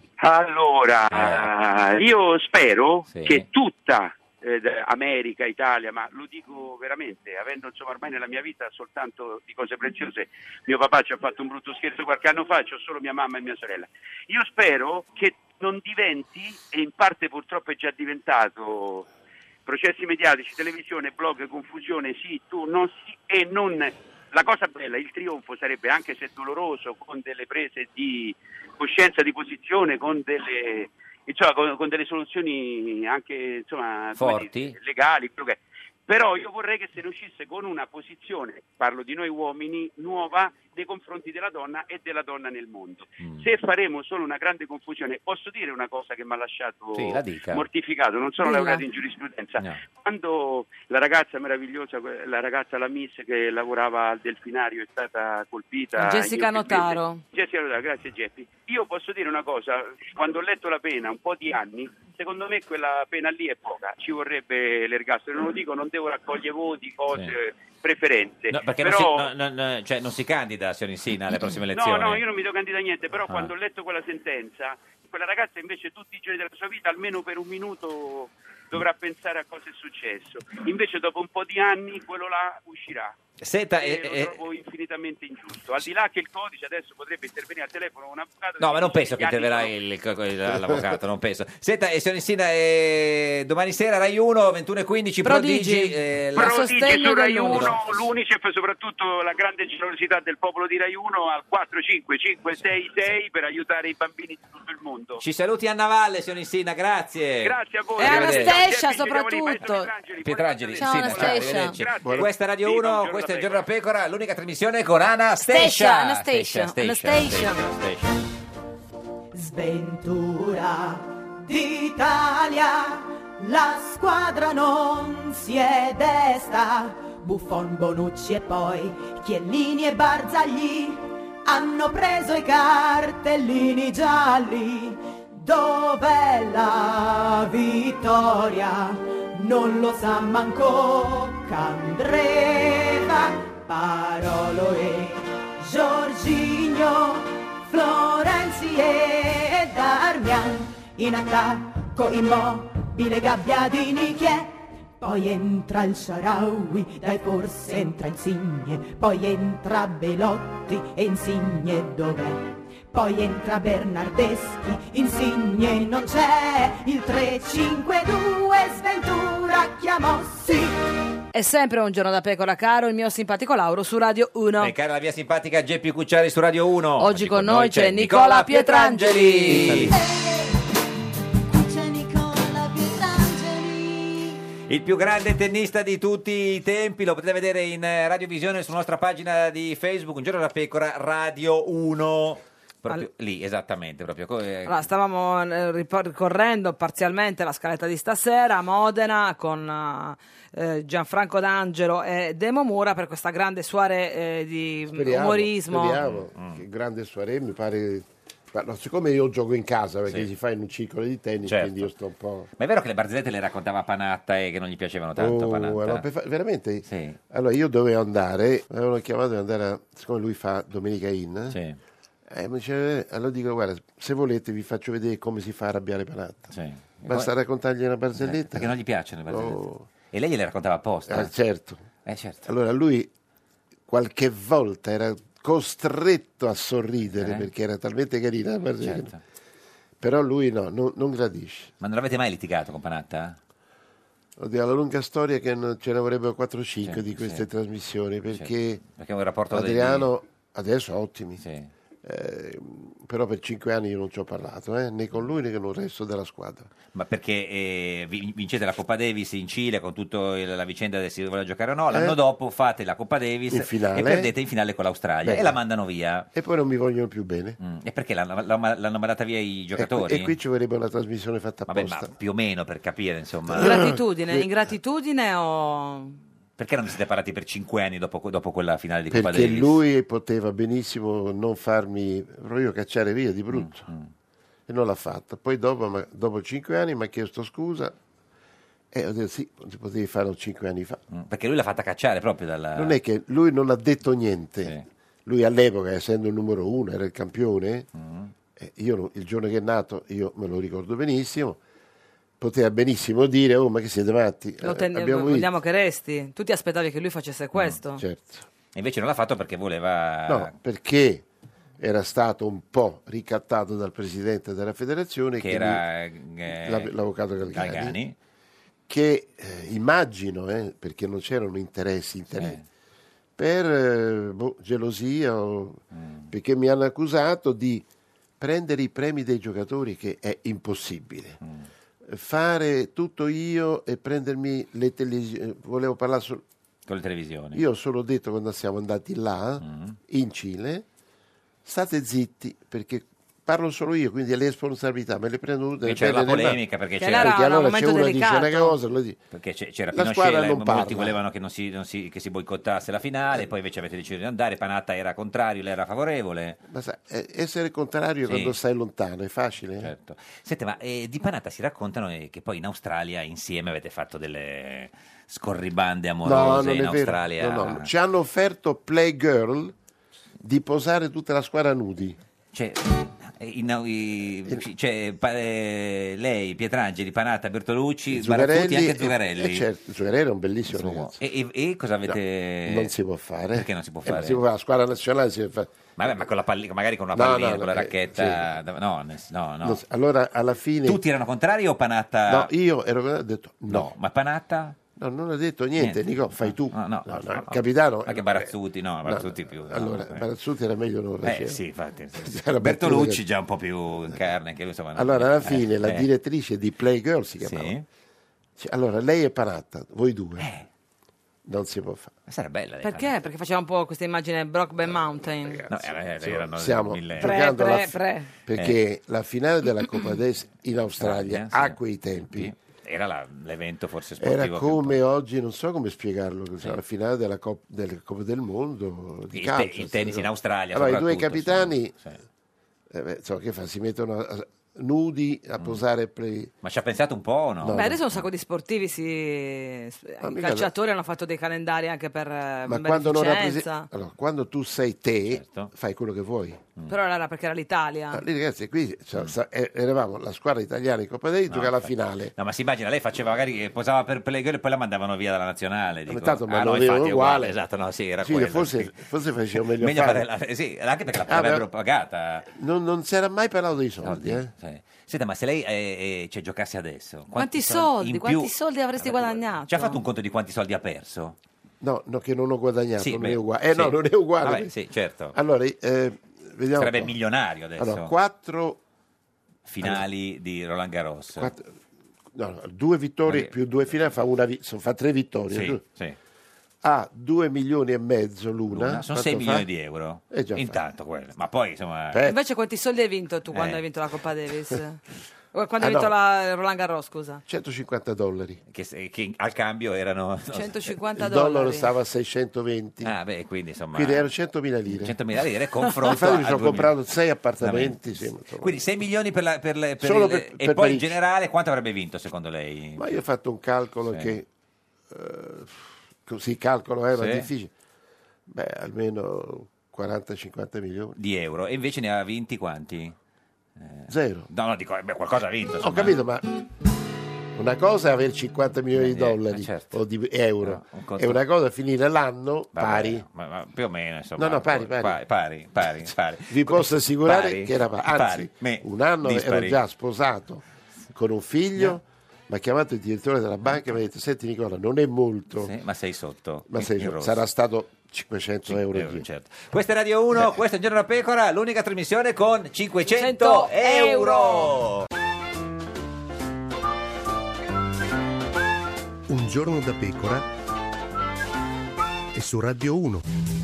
Q: Allora, io spero
C: Sì.
Q: che tutta eh, d- America, Italia, ma lo dico veramente, avendo insomma ormai nella mia vita soltanto di cose preziose, mio papà ci ha fatto un brutto scherzo qualche anno fa, c'ho solo mia mamma e mia sorella. Io spero che non diventi, e in parte purtroppo è già diventato, processi mediatici, televisione, blog, confusione, sì, tu, non sì, e non. La cosa bella, il trionfo sarebbe, anche se doloroso, con delle prese di coscienza, di posizione, con delle, insomma, con, con delle soluzioni anche insomma, come
C: Forti?
Q: dire, legali, quello che è. Però io vorrei che se ne uscisse con una posizione, parlo di noi uomini, nuova nei confronti della donna e della donna nel mondo. Se faremo solo una grande confusione, posso dire una cosa che mi ha lasciato
C: Sì, la dica.
Q: mortificato, non sono
C: Dilla.
Q: laureato in giurisprudenza.
C: No.
Q: Quando la ragazza meravigliosa, la ragazza la Miss che lavorava al delfinario è stata colpita...
B: Jessica
Q: io più
B: Notaro.
Q: mesi- Jessica Notaro, grazie Geppi. Io posso dire una cosa, quando ho letto la pena un po' di anni, secondo me quella pena lì è poca, ci vorrebbe l'ergastolo, non lo dico, non devo raccogliere voti, cose, preferenze.
C: No, perché
Q: però...
C: non, si, no, no, no, cioè, non si candida, signor Insina, alle prossime
Q: No,
C: elezioni.
Q: no, io non mi do candida a niente, però
C: Ah.
Q: quando ho letto quella sentenza, quella ragazza invece tutti i giorni della sua vita, almeno per un minuto, dovrà pensare a cosa è successo. Invece dopo un po' di anni quello là uscirà.
C: Senta,
Q: e
C: eh,
Q: lo
C: eh,
Q: trovo infinitamente ingiusto. Al di là che il codice adesso potrebbe intervenire al telefono un avvocato.
C: No, ma non penso che
Q: gli anni
C: interverrà
Q: sono-
C: il, il- l'avvocato, non penso. Senta, eh, signor Insina, eh, domani sera Rai uno, ventuno e quindici,
B: Prodigi.
C: Prodigi. eh, la-
Q: Prodigi su Rai
B: dell'Unicef.
Q: uno, l'Unicef e soprattutto la grande generosità del popolo di Rai uno al quattro cinque cinque sei sei per aiutare i bambini di tutto il mondo.
C: Ci saluti Anna Valle, signor Insina, grazie.
Q: Grazie a voi.
B: E
C: Arrivederci.
B: Anastasia soprattutto.
C: Pietrangeli,
B: Ciao,
C: Insina,
B: Anastasia.
C: arrivederci.
Q: Grazie.
C: Questa è Radio
Q: Viva un
C: uno,
Q: giorno
C: questo è
Q: da
C: il Giorno da Pecora, l'unica trasmissione con Anastasia.
B: Stacia, Anastasia,
C: Stacia,
B: Anastasia.
C: Stacia.
M: Sventura d'Italia, la squadra non si è desta. Buffon, Bonucci e poi Chiellini e Barzagli hanno preso i cartellini gialli. Dov'è la vittoria? Non lo sa manco Candreva. Parolo e Jorginho, Florenzi e Darmian. In attacco Immobile, Gabbiadini, chi è? Poi entra il Shaarawy, dai forse entra Insigne. Poi entra Belotti e Insigne dov'è? Poi entra Bernardeschi, Insigne non c'è. Il tre cinque due Sventura chiamò sì.
B: È sempre un giorno da pecora, caro il mio simpatico Lauro su Radio uno.
C: E cara la mia simpatica Geppi Cucciari su Radio uno.
B: Oggi con noi c'è Nicola Pietrangeli.
M: C'è Nicola Pietrangeli.
C: Il più grande tennista di tutti i tempi, lo potete vedere in eh, radiovisione sulla nostra pagina di Facebook, Un giorno da pecora Radio uno. Proprio lì, esattamente, proprio. co- eh,
B: Allora, stavamo eh, ripor- ricorrendo parzialmente la scaletta di stasera a Modena con eh, Gianfranco D'Angelo e Demo Mura per questa grande soirée eh, di
P: Speriamo,
B: umorismo.
P: speriamo. Che grande soirée, mi pare. Ma no, siccome io gioco in casa perché
C: Sì.
P: si fa in un circolo di tennis,
C: Certo.
P: quindi io sto un po'.
C: Ma è vero che le barzellette le raccontava Panatta e che non gli piacevano tanto,
P: Oh,
C: Panatta?
P: allora, per fa- veramente?
C: Sì.
P: Allora io dovevo andare, mi avevano chiamato di andare a, siccome lui fa Domenica In,
C: Sì.
P: Eh, mi dice, eh, allora dico, guarda, se volete vi faccio vedere come si fa a arrabbiare Panatta.
C: Sì.
P: Basta raccontargli una barzelletta.
C: Perché non gli piacciono le barzellette.
P: Oh.
C: E lei gliele raccontava apposta?
P: Ah, certo.
C: Eh, certo.
P: Allora lui qualche volta era costretto a sorridere
C: Eh?
P: perché era talmente carina la barzelletta.
C: Certo.
P: Però lui no, non, non gradisce.
C: Ma non avete mai litigato con Panatta?
P: Oddio, la lunga storia che non- ce ne vorrebbero quattro o cinque
C: Sì,
P: di queste
C: sì.
P: trasmissioni perché,
C: Perché è un rapporto di-
P: Adriano adesso ottimi.
C: Sì.
P: Eh, però per cinque anni io non ci ho parlato, eh, né con lui né con il resto della squadra.
C: Ma perché eh, vi- vincete la Coppa Davis in Cile con tutta la vicenda del si voleva giocare o no, l'anno
P: Eh?
C: dopo fate la Coppa Davis
P: In finale.
C: e perdete in finale con l'Australia
P: Beh.
C: e la mandano via.
P: E poi non mi vogliono più bene.
C: Mm. E perché l'hanno, l'hanno- l'hanno mandata via i
P: E, qui-
C: giocatori?
P: e qui ci vorrebbe una trasmissione fatta
C: Vabbè,
P: apposta.
C: ma più o meno per capire, insomma.
B: Ingratitudine, ingratitudine o...
C: Perché non vi siete parati per cinque anni dopo, dopo quella finale di Coppa
P: Perché
C: Davis?
P: lui poteva benissimo non farmi proprio cacciare via di brutto.
C: Mm,
P: E non l'ha fatto. Poi dopo, ma- dopo cinque anni mi ha chiesto scusa e ho detto sì, si potevi farlo cinque anni fa.
C: Mm, Perché lui l'ha fatta cacciare proprio dalla...
P: Non è che lui non ha detto niente. Lui all'epoca, essendo il numero uno, era il campione.
C: Mm.
P: E io no- il giorno che è nato, io me lo ricordo benissimo, poteva benissimo dire, oh ma che siete matti?
B: Lo
P: Eh,
B: ten-
P: abbiamo vinto.
B: vogliamo che resti? Tu ti aspettavi che lui facesse questo?
P: Certo.
C: E invece non l'ha fatto perché voleva...
P: No, perché era stato un po' ricattato dal presidente della federazione,
C: Che
P: che
C: era,
P: mi-
C: eh,
P: l'av- l'avvocato Galgani,
C: Galgani.
P: che eh, immagino, eh, perché non c'erano interessi, interessi per eh, boh, gelosia, o-
C: Mm.
P: perché mi hanno accusato di prendere i premi dei giocatori, che è impossibile.
C: Mm.
P: Fare tutto io e prendermi le televisioni, volevo parlare solo...
C: Con le televisioni.
P: Io ho solo detto quando siamo andati là,
C: Mm.
P: in Cile, state zitti perché parlo solo io, quindi le responsabilità me le prendo tutte.
C: E
P: le
C: c'era la
P: prendo nel
C: polemica
P: mano.
C: perché
B: Che
C: c'era,
B: era
P: Perché
B: un
P: allora c'è
B: momento
P: uno dice una
B: delicato.
P: cosa, lo dice.
C: perché c'è- c'era
P: La
C: Pinochet
P: squadra
C: e
P: non
C: molti
P: parla.
C: volevano che, non si, non si- che si boicottasse la finale, poi invece avete deciso di andare, Panatta era contrario, lei era favorevole.
P: Ma sai, eh, essere contrario
C: Sì.
P: quando stai lontano è facile. eh?
C: Certo. Senti, ma eh, di Panatta si raccontano eh, che poi in Australia insieme avete fatto delle scorribande
P: No,
C: amorose
P: non
C: in
P: è
C: Australia.
P: vero. No, no. Ci hanno offerto Playgirl di posare tutta la squadra nudi.
C: Cioè, eh, in- i- cioè, pa- eh, lei, Pietrangeli, Panatta, Bertolucci, Barazzuti e anche Zuccarelli.
P: Eh, certo, Zuccarelli è un bellissimo ragazzo.
C: E, e- e cosa avete...
P: No, non si può fare.
C: Perché non si può
P: Eh, non
C: fare?
P: si può fare. La squadra nazionale si fa...
C: Vabbè, ma con la palli- magari con una
P: No,
C: pallina,
P: no,
C: con la
P: no, eh,
C: racchetta... da- No, nel- no, no.
P: Non si- Allora, alla fine...
C: Tutti erano contrari o Panatta...
P: No, io ero ho detto no.
C: No, ma Panatta?
P: No, non ho detto niente,
C: Niente.
P: Nico, fai tu.
C: No, no,
P: No,
C: no,
P: no,
C: no.
P: capitano.
C: Anche Barazzuti, no, Barazzuti più. no,
P: Allora,
C: eh.
P: Barazzuti era meglio non
C: Eh
P: faceva.
C: sì, infatti. sì, sì.
P: Era
C: Bertolucci
P: battuta.
C: già un po' più in carne, anche lui, insomma.
P: Allora, alla
C: eh,
P: fine, la
C: eh.
P: direttrice di Playgirl si chiamava.
C: Sì.
P: Cioè, allora, lei è Panatta, voi due.
C: Eh.
P: Non si può fare.
C: Sarebbe bella. lei,
B: Perché? Perché faceva un po' questa immagine Brokeback Mountain.
C: No, era- erano
P: Stiamo
C: mille-
P: giocando
B: Pre,
P: la
B: pre, pre.
P: perché la finale della Coppa Davis in Australia
C: Australia, sì.
P: a quei tempi
C: Sì. Era la- l'evento forse sportivo.
P: era
C: più
P: come oggi, non so come spiegarlo, cos'è, la finale della Coppa, della Coppa del Mondo di
C: Il,
P: calcio.
C: te- il tennis in Australia.
P: Allora, i due
C: soprattutto,
P: capitani,
C: sì, sì.
P: eh, beh, insomma, che fa? Si mettono a- nudi a posare play.
C: Ma ci ha pensato un po' o no?
P: No,
B: Beh,
P: no.
B: adesso un sacco di sportivi si... i
P: mica-
B: calciatori hanno fatto dei calendari anche per eh,
P: Ma quando, non
B: beneficenza.
P: rappresenti- allora, quando tu sei te,
C: Certo.
P: fai quello che vuoi.
B: Però era perché era l'Italia.
P: Ah, lì, ragazzi, qui cioè, sa- eh, eravamo la squadra italiana in Coppa Davis,
C: No,
P: giocava la
C: infatti.
P: finale.
C: No, ma si immagina, lei faceva magari che posava per Playgirl e poi la mandavano via dalla nazionale. Dico.
P: tanto me
C: ah,
P: lo
C: no,
P: avevano
C: infatti è
P: uguale.
C: Esatto, no, sì, era
P: Sì,
C: quello.
P: forse, forse faceva meglio,
C: Meglio
P: fare.
C: fare la- sì, anche perché
P: Ah,
C: l'avrebbero
P: beh,
C: pagata.
P: Non, non si era mai parlato dei soldi, eh?
C: Sì. Senta, ma se lei eh, eh, cioè, giocasse adesso,
B: Quanti
C: son-
B: soldi,
C: in
B: quanti
C: più-
B: soldi avresti guadagnato?
C: Ci ha fatto un conto di quanti soldi ha perso?
P: No, no, che non ho guadagnato,
C: Sì,
P: non
C: beh,
P: è uguale. Eh
C: sì.
P: no, non è uguale.
C: Vabbè, sì, certo.
P: Allora, eh, vediamo.
C: Sarebbe
P: un po'.
C: milionario adesso.
P: Allora, quattro,
C: Finali di Roland Garros.
P: quattro- no, no, due vittorie
C: Ok.
P: più due finali fa, una vi- so- fa tre vittorie.
C: Sì,
P: giusto?
C: sì.
P: Ha due milioni e mezzo l'una.
C: Una, sono
P: Quanto
C: sei
P: fa?
C: milioni di euro.
P: Eh, già fa.
C: Intanto quello. Ma poi insomma.
P: Beh,
B: Invece quanti soldi hai vinto tu quando
C: Eh.
B: hai vinto la Coppa Davis? O quando
P: Ah,
B: hai vinto
P: no.
B: la Roland Garros, scusa.
P: centocinquanta dollari.
C: Che, che al cambio erano
B: centocinquanta
P: Il dollaro
B: dollari.
P: stava a seicentoventi.
C: Ah, beh, quindi insomma.
P: Quindi erano centomila lire.
C: centomila lire confronto
P: Infatti mi
C: a
P: sono
C: duemila.
P: comprato sei appartamenti. sì, insomma.
C: Quindi sei milioni per, la, per, le- per
P: Solo
C: il-
P: per-
C: e
P: per
C: poi in
P: Parigi.
C: generale quanto avrebbe vinto secondo lei?
P: Ma io ho fatto un calcolo
C: Sì.
P: che eh, così calcolo era
C: Sì.
P: difficile. Beh, almeno quaranta cinquanta milioni.
C: Di euro. E invece ne ha vinti quanti?
P: Zero.
C: No, no, dico, eh, beh, qualcosa ha vinto.
P: Ho
C: insomma.
P: capito, ma una cosa è avere cinquanta milioni di dollari
C: eh, certo.
P: o di euro,
C: No, un conto-
P: e una cosa è finire l'anno
C: Vabbè,
P: pari.
C: ma, ma più o meno, insomma.
P: No, no, pari, pari.
C: Pari, pari, pari, pari.
P: Vi posso assicurare
C: Pari,
P: che era pari. Anzi,
C: pari, me-
P: un anno
C: dispari.
P: ero già sposato con un figlio, mi ha chiamato il direttore della banca e mi ha detto: senti Nicola, non è molto,
C: Sì, ma sei sotto.
P: ma sei-
C: in rosso.
P: sarà stato cinquecento euro in
C: euro,
P: più.
C: certo. Questa è Radio uno, questo è Un Giorno da Pecora, l'unica trasmissione con cinquecento euro.
N: Un giorno da pecora e su Radio uno.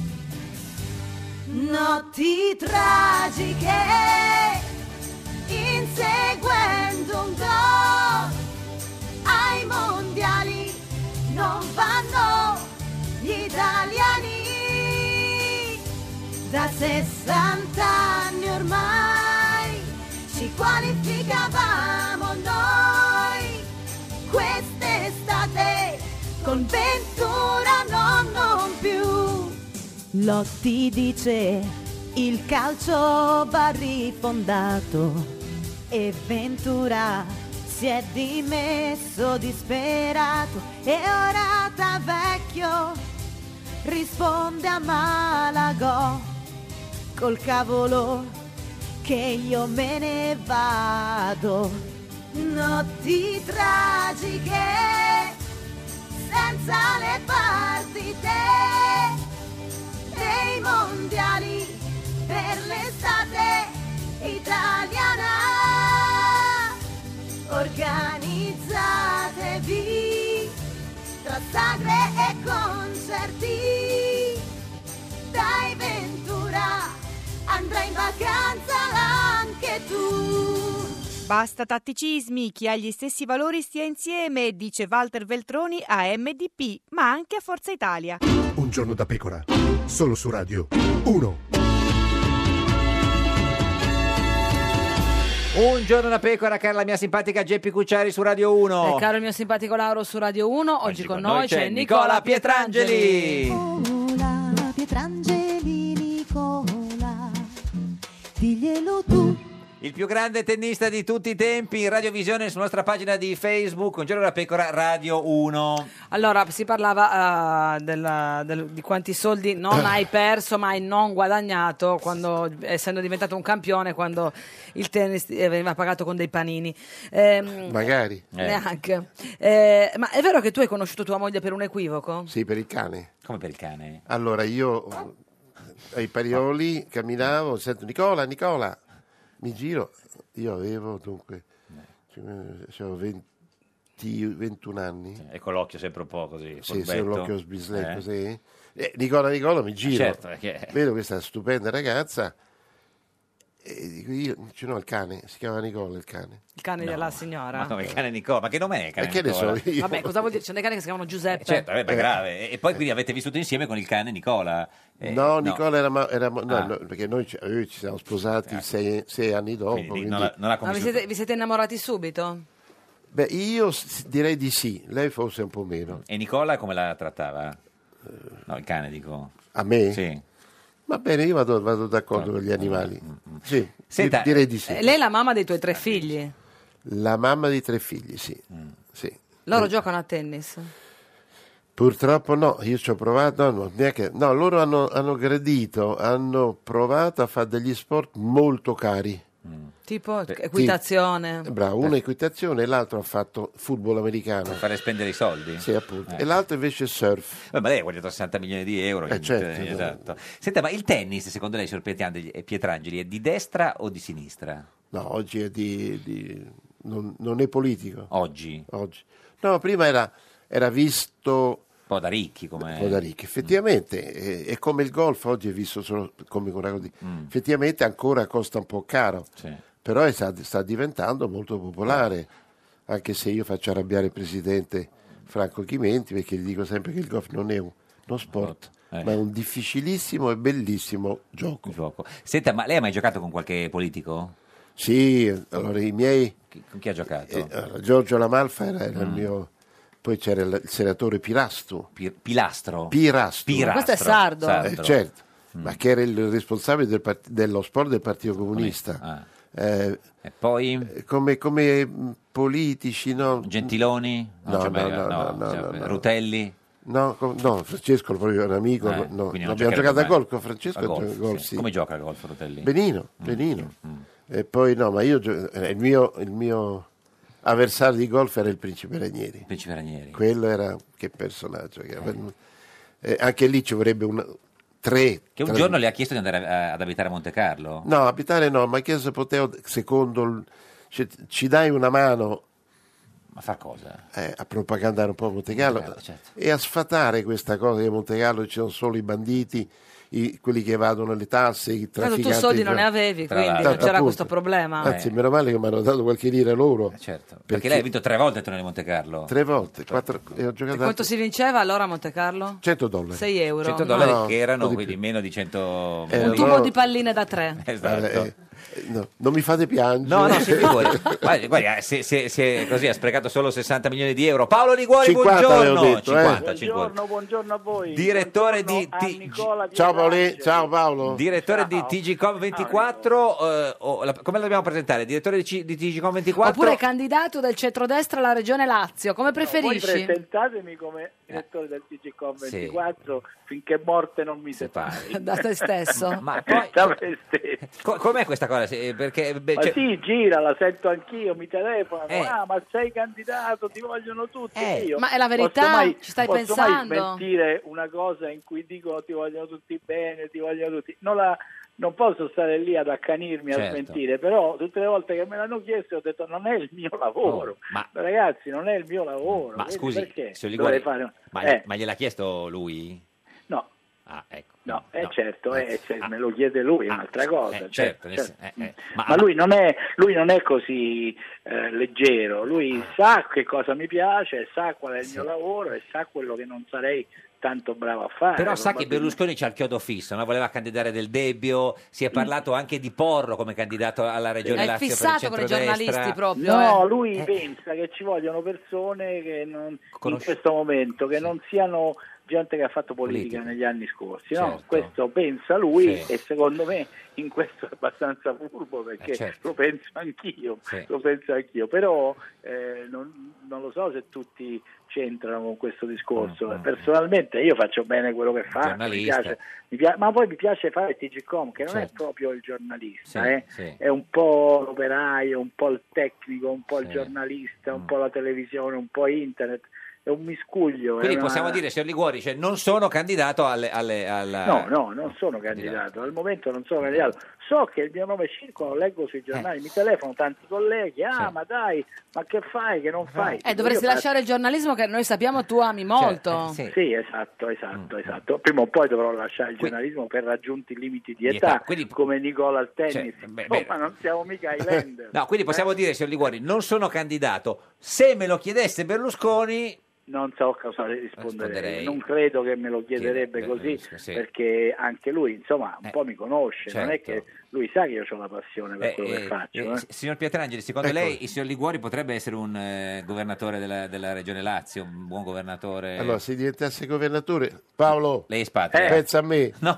M: Notti tragiche, inseguendo un gol, ai mondiali non vanno gli italiani, da sessanta anni ormai ci qualificavamo noi, quest'estate con Ventura no, non più. Lotti dice il calcio va rifondato e Ventura si è dimesso disperato e ora da vecchio risponde a Malagò col cavolo che io me ne vado. Notti tragiche senza le partite dei mondiali per l'estate italiana. Organizzatevi tra sagre e concerti, dai Ventura, andrai in vacanza anche tu.
O: Basta tatticismi, chi ha gli stessi valori stia insieme, dice Walter Veltroni a M D P, ma anche a Forza Italia.
N: Un giorno da pecora, solo su Radio uno.
C: Un giorno da Pecora, cara la mia simpatica Geppi Cucciari su Radio uno.
B: E caro il mio simpatico Lauro su Radio uno, oggi, con noi c'è
C: Nicola
B: Nicola
C: Pietrangeli.
M: Nicola Pietrangeli, Nicola, diglielo tu.
C: Il più grande tennista di tutti i tempi, in radiovisione sulla nostra pagina di Facebook, Un giorno da Pecora Radio uno.
B: Allora, si parlava uh, della- del- di quanti soldi non hai perso, ma hai non guadagnato, quando, essendo diventato un campione, quando il tennis eh, veniva pagato con dei panini. Ehm,
P: Magari.
B: Neanche. Eh, ma è vero che tu hai conosciuto tua moglie per un equivoco?
P: Sì, per il cane.
C: Come per il cane?
P: Allora io ai Parioli camminavo, sento Nicola, Nicola, mi giro, io avevo dunque, avevo venti, ventuno anni.
C: E con l'occhio sempre un po' così.
P: Sì,
C: furbetto.
P: sì, l'occhio sbisletto,
C: Eh?
P: così. Eh, Nicola, Nicola, mi giro,
C: Certo, perché-
P: vedo questa stupenda ragazza e dico io, cioè, no, il cane, si chiama Nicola il cane.
B: Il cane
C: No.
B: della signora?
C: Ma come il cane Nicola? Ma che nome è il cane
P: E che ne
C: Nicola?
P: so io?
B: Vabbè, cosa vuol dire? Ci sono dei cani che si chiamano Giuseppe.
C: Eh, certo, vabbè, ma è grave. E poi quindi avete vissuto insieme con il cane Nicola? Eh,
P: no, Nicola era, ma- era ma- no,
C: Ah.
P: no, perché noi ci, noi ci siamo sposati sei, sei anni dopo.
C: Quindi
P: quindi-
C: non l'ha- non l'ha
B: Ma vi siete, vi siete innamorati subito?
P: Beh, io s- direi di sì, lei forse un po' meno.
C: E Nicola come la trattava? No, il cane, dico.
P: A me?
C: Sì.
P: Va bene, io vado, vado d'accordo con gli animali. Sì, di-
C: Senta,
P: direi di sì.
B: Eh, Lei è la mamma dei tuoi tre figli.
P: La mamma di tre figli, sì. sì.
B: Loro giocano a tennis.
P: Purtroppo no, io ci ho provato, no, neanche- no, loro hanno, hanno gradito, hanno provato a fare degli sport molto cari.
B: Tipo equitazione.
P: Sì. Bravo, uno equitazione e l'altro ha fatto football americano.
C: Per fare spendere i soldi?
P: Sì, appunto.
C: Eh.
P: E l'altro invece surf.
C: Eh, ma lei ha guadagnato sessanta milioni di euro.
P: Eh,
C: quindi-
P: certo,
C: eh, esatto. Senta, ma il tennis, secondo lei, signor Pietrangeli, eh, Pietrangeli, è di destra o di sinistra?
P: No, oggi è di... di- non, non è politico.
C: Oggi?
P: Oggi. No, prima era, era visto...
C: Un po' da ricchi, come...
P: Un po' da ricchi. Effettivamente, è, è come il golf, oggi è visto solo come una cosa di...
C: Mm.
P: Effettivamente ancora costa un po' caro,
C: Sì.
P: però è- sta, sta diventando molto popolare, anche se io faccio arrabbiare il presidente Franco Chimenti, perché gli dico sempre che il golf non è un- uno sport,
C: Eh.
P: ma è un difficilissimo e bellissimo gioco.
C: Gioco. Senta, ma lei ha mai giocato con qualche politico?
P: Sì, allora i miei...
C: Chi- Con chi ha giocato?
P: eh, allora, Giorgio Lamalfa era, era il
C: Mm.
P: mio... Poi c'era il, il senatore Pilastro.
C: Pi- Pilastro?
P: Pirastro.
C: Pirastro.
B: Questo è sardo.
P: Eh, certo. ma che era il responsabile del part- dello sport del Partito Comunista.
C: Ah.
P: Eh,
C: E poi
P: come, come mh, politici, no?
C: Gentiloni?
P: No,
C: Non c'è
P: no,
C: mai-
P: no,
C: no,
P: no, no,
C: cioè,
P: no, no.
C: Rutelli?
P: No, com- no, Francesco proprio un amico,
C: Eh,
P: no,
C: quindi
P: no,
C: non
P: abbiamo
C: giocherebbe
P: giocato a
C: mai.
P: golf con Francesco.
C: A golf,
P: gioca a golf,
C: sì.
P: sì.
C: Come gioca a golf Rutelli?
P: Benino, benino. E poi no, ma io gio- eh, il mio, il mio avversario di golf era il Principe Ranieri.
C: Principe Ranieri.
P: Quello era, che personaggio. Che era. Eh, anche lì ci vorrebbe un tre.
C: Che un
P: tre-
C: giorno le ha chiesto di andare a- ad abitare a Monte Carlo?
P: No, abitare no, ma che se potevo, secondo, il- cioè, ci dai una mano
C: Ma fa cosa?
P: eh, a propagandare un po' Monte Carlo
C: Monte Carlo, certo.
P: e a sfatare questa cosa che a Monte Carlo ci sono solo i banditi, i- quelli che evadono le tasse, i
B: Tanto
P: trafficanti.
B: tu soldi non
P: tra-
B: ne avevi,
C: Tra
B: quindi
C: l'altro.
B: non c'era
P: Appunto.
B: questo problema.
P: Anzi, meno male che mi hanno dato qualche lira loro.
C: Certo. Perché, lei ha vinto tre volte il torneo di Monte Carlo.
P: Tre volte, quattro, e ho
B: E
P: giocato
B: quanto si vinceva allora a Monte Carlo?
P: cento dollari.
B: sei euro.
C: cento dollari
P: No,
C: che
P: un
C: erano
P: po' di
C: quindi meno di cento...
P: Eh,
B: Un tubo di palline da tre.
C: Esatto.
P: Eh, eh, no, non mi fate piangere.
C: No, no, si figuri. Guardi, guardi, eh, se, se- se così ha sprecato solo sessanta milioni di euro. Paolo Liguori,
P: cinquanta
C: buongiorno.
P: avevo detto, eh.
C: cinquanta, cinquanta.
R: Buongiorno, buongiorno a voi.
C: Direttore di
R: Buongiorno a
C: T-
R: Nicola
P: Ciao Paolo,
R: Pietrangeli.
P: ciao Paolo.
C: Direttore di T G Com ventiquattro, eh, o la- come lo dobbiamo presentare? Direttore di, C- di T G Com ventiquattro?
B: Oppure candidato del centrodestra alla regione Lazio, come
R: Voi
B: preferisci?
R: presentatemi come direttore del T G Com ventiquattro finché morte non mi separi.
B: Da te stesso.
C: Ma poi,
R: Da me stesso.
C: co- com'è questa cosa? Se- Perché beh,
R: Ma
C: cioè-
R: sì, gira, la sento anch'io, mi telefonano,
C: Eh.
R: ah ma sei candidato, ti vogliono tutti.
C: Eh,
R: Io
B: ma è la verità?
R: posso mai-
B: Ci stai
R: posso
B: pensando?
R: mai smentire una cosa in cui dicono ti vogliono tutti bene, ti vogliono tutti... Non, la, non posso stare lì ad accanirmi
C: Certo.
R: a smentire, però tutte le volte che me l'hanno chiesto ho detto non è il mio lavoro.
C: Oh, ma-
R: Ragazzi, non è il mio lavoro.
C: Ma
R: Quindi
C: scusi,
R: perché
C: signor
R: dovrei
C: Liguori,
R: fare...
C: ma,
R: Eh,
C: ma gliel'ha chiesto lui?
R: no.
C: Ah, ecco.
R: No, eh,
C: no.
R: certo, eh, se me lo chiede lui è un'altra cosa.
C: Eh,
R: certo,
C: certo, nel
R: certo.
C: sen- eh, eh, ma,
R: Ma lui non è, lui non è così eh, leggero, lui sa che cosa mi piace, sa qual è il mio lavoro e sa quello che non sarei tanto bravo a fare.
C: Però sa che
R: probabilmente.
C: Berlusconi c'ha il chiodo fisso, no? Voleva candidare Del Debbio, si è parlato anche di Porro come candidato alla regione
B: È
C: Lazio per il
B: fissato con i
C: centrodestra.
B: giornalisti proprio.
R: No,
B: eh.
R: lui
C: Eh.
R: pensa che ci vogliono persone che non, in
C: Conosci-
R: questo momento che non siano gente che ha fatto politica,
C: Politica.
R: negli anni scorsi, no?
C: Certo.
R: Questo pensa lui
C: Sì.
R: e secondo me in questo è abbastanza furbo perché
C: Eh, certo.
R: lo penso anch'io,
C: Sì.
R: lo penso anch'io, però eh, non, non lo so se tutti c'entrano con questo discorso.
C: Mm, mm.
R: Personalmente io faccio bene quello che faccio, mi
C: Giornalista.
R: piace, mi pia- ma poi mi piace fare T G Com che non è
C: Certo.
R: proprio il giornalista,
C: Sì,
R: eh?
C: sì.
R: È un po' l'operaio, un po' il tecnico, un po' il
C: Sì.
R: giornalista, un
C: Mm.
R: po' la televisione, un po' internet, è un miscuglio. è
C: Quindi
R: una-
C: possiamo dire, signor Liguori, cioè, non sono candidato alle, alle- alla...
R: No, no, non sono candidato, al momento non sono candidato. So che il mio nome circola, lo leggo sui giornali, mi telefonano tanti colleghi, ah
C: Eh. Sì.
R: ma dai, ma che fai, che non fai?
B: Eh, dovresti
R: Io faccio-
B: lasciare il giornalismo che noi sappiamo tu ami molto.
C: Cioè, eh, sì.
R: Sì, esatto, esatto, esatto. Prima o poi dovrò lasciare il giornalismo per raggiunti i limiti di
C: Di
R: età,
C: età, quindi-
R: come Nicola al tennis.
C: Cioè, beh,
R: Insomma,
C: beh.
R: non siamo mica Highlander.
C: No, quindi possiamo dire, signor Liguori, non sono candidato. Se me lo chiedesse Berlusconi...
R: Non so cosa risponderei.
C: Risponderei.
R: Non credo che me lo chiederebbe
C: Chiede-
R: così,
C: sì.
R: perché anche lui, insomma, un
C: Eh,
R: po' mi conosce, non è
C: certo.
R: che lui sa che io ho la passione per
C: Eh,
R: quello che
C: eh,
R: faccio.
C: eh,
R: eh.
C: s- signor Pietrangeli, secondo
P: Ecco.
C: lei il signor Liguori potrebbe essere un eh, governatore della, della regione Lazio, un buon governatore?
P: Allora, se diventasse governatore, Paolo,
C: Lei è spatria.
P: pensa a me.
C: No.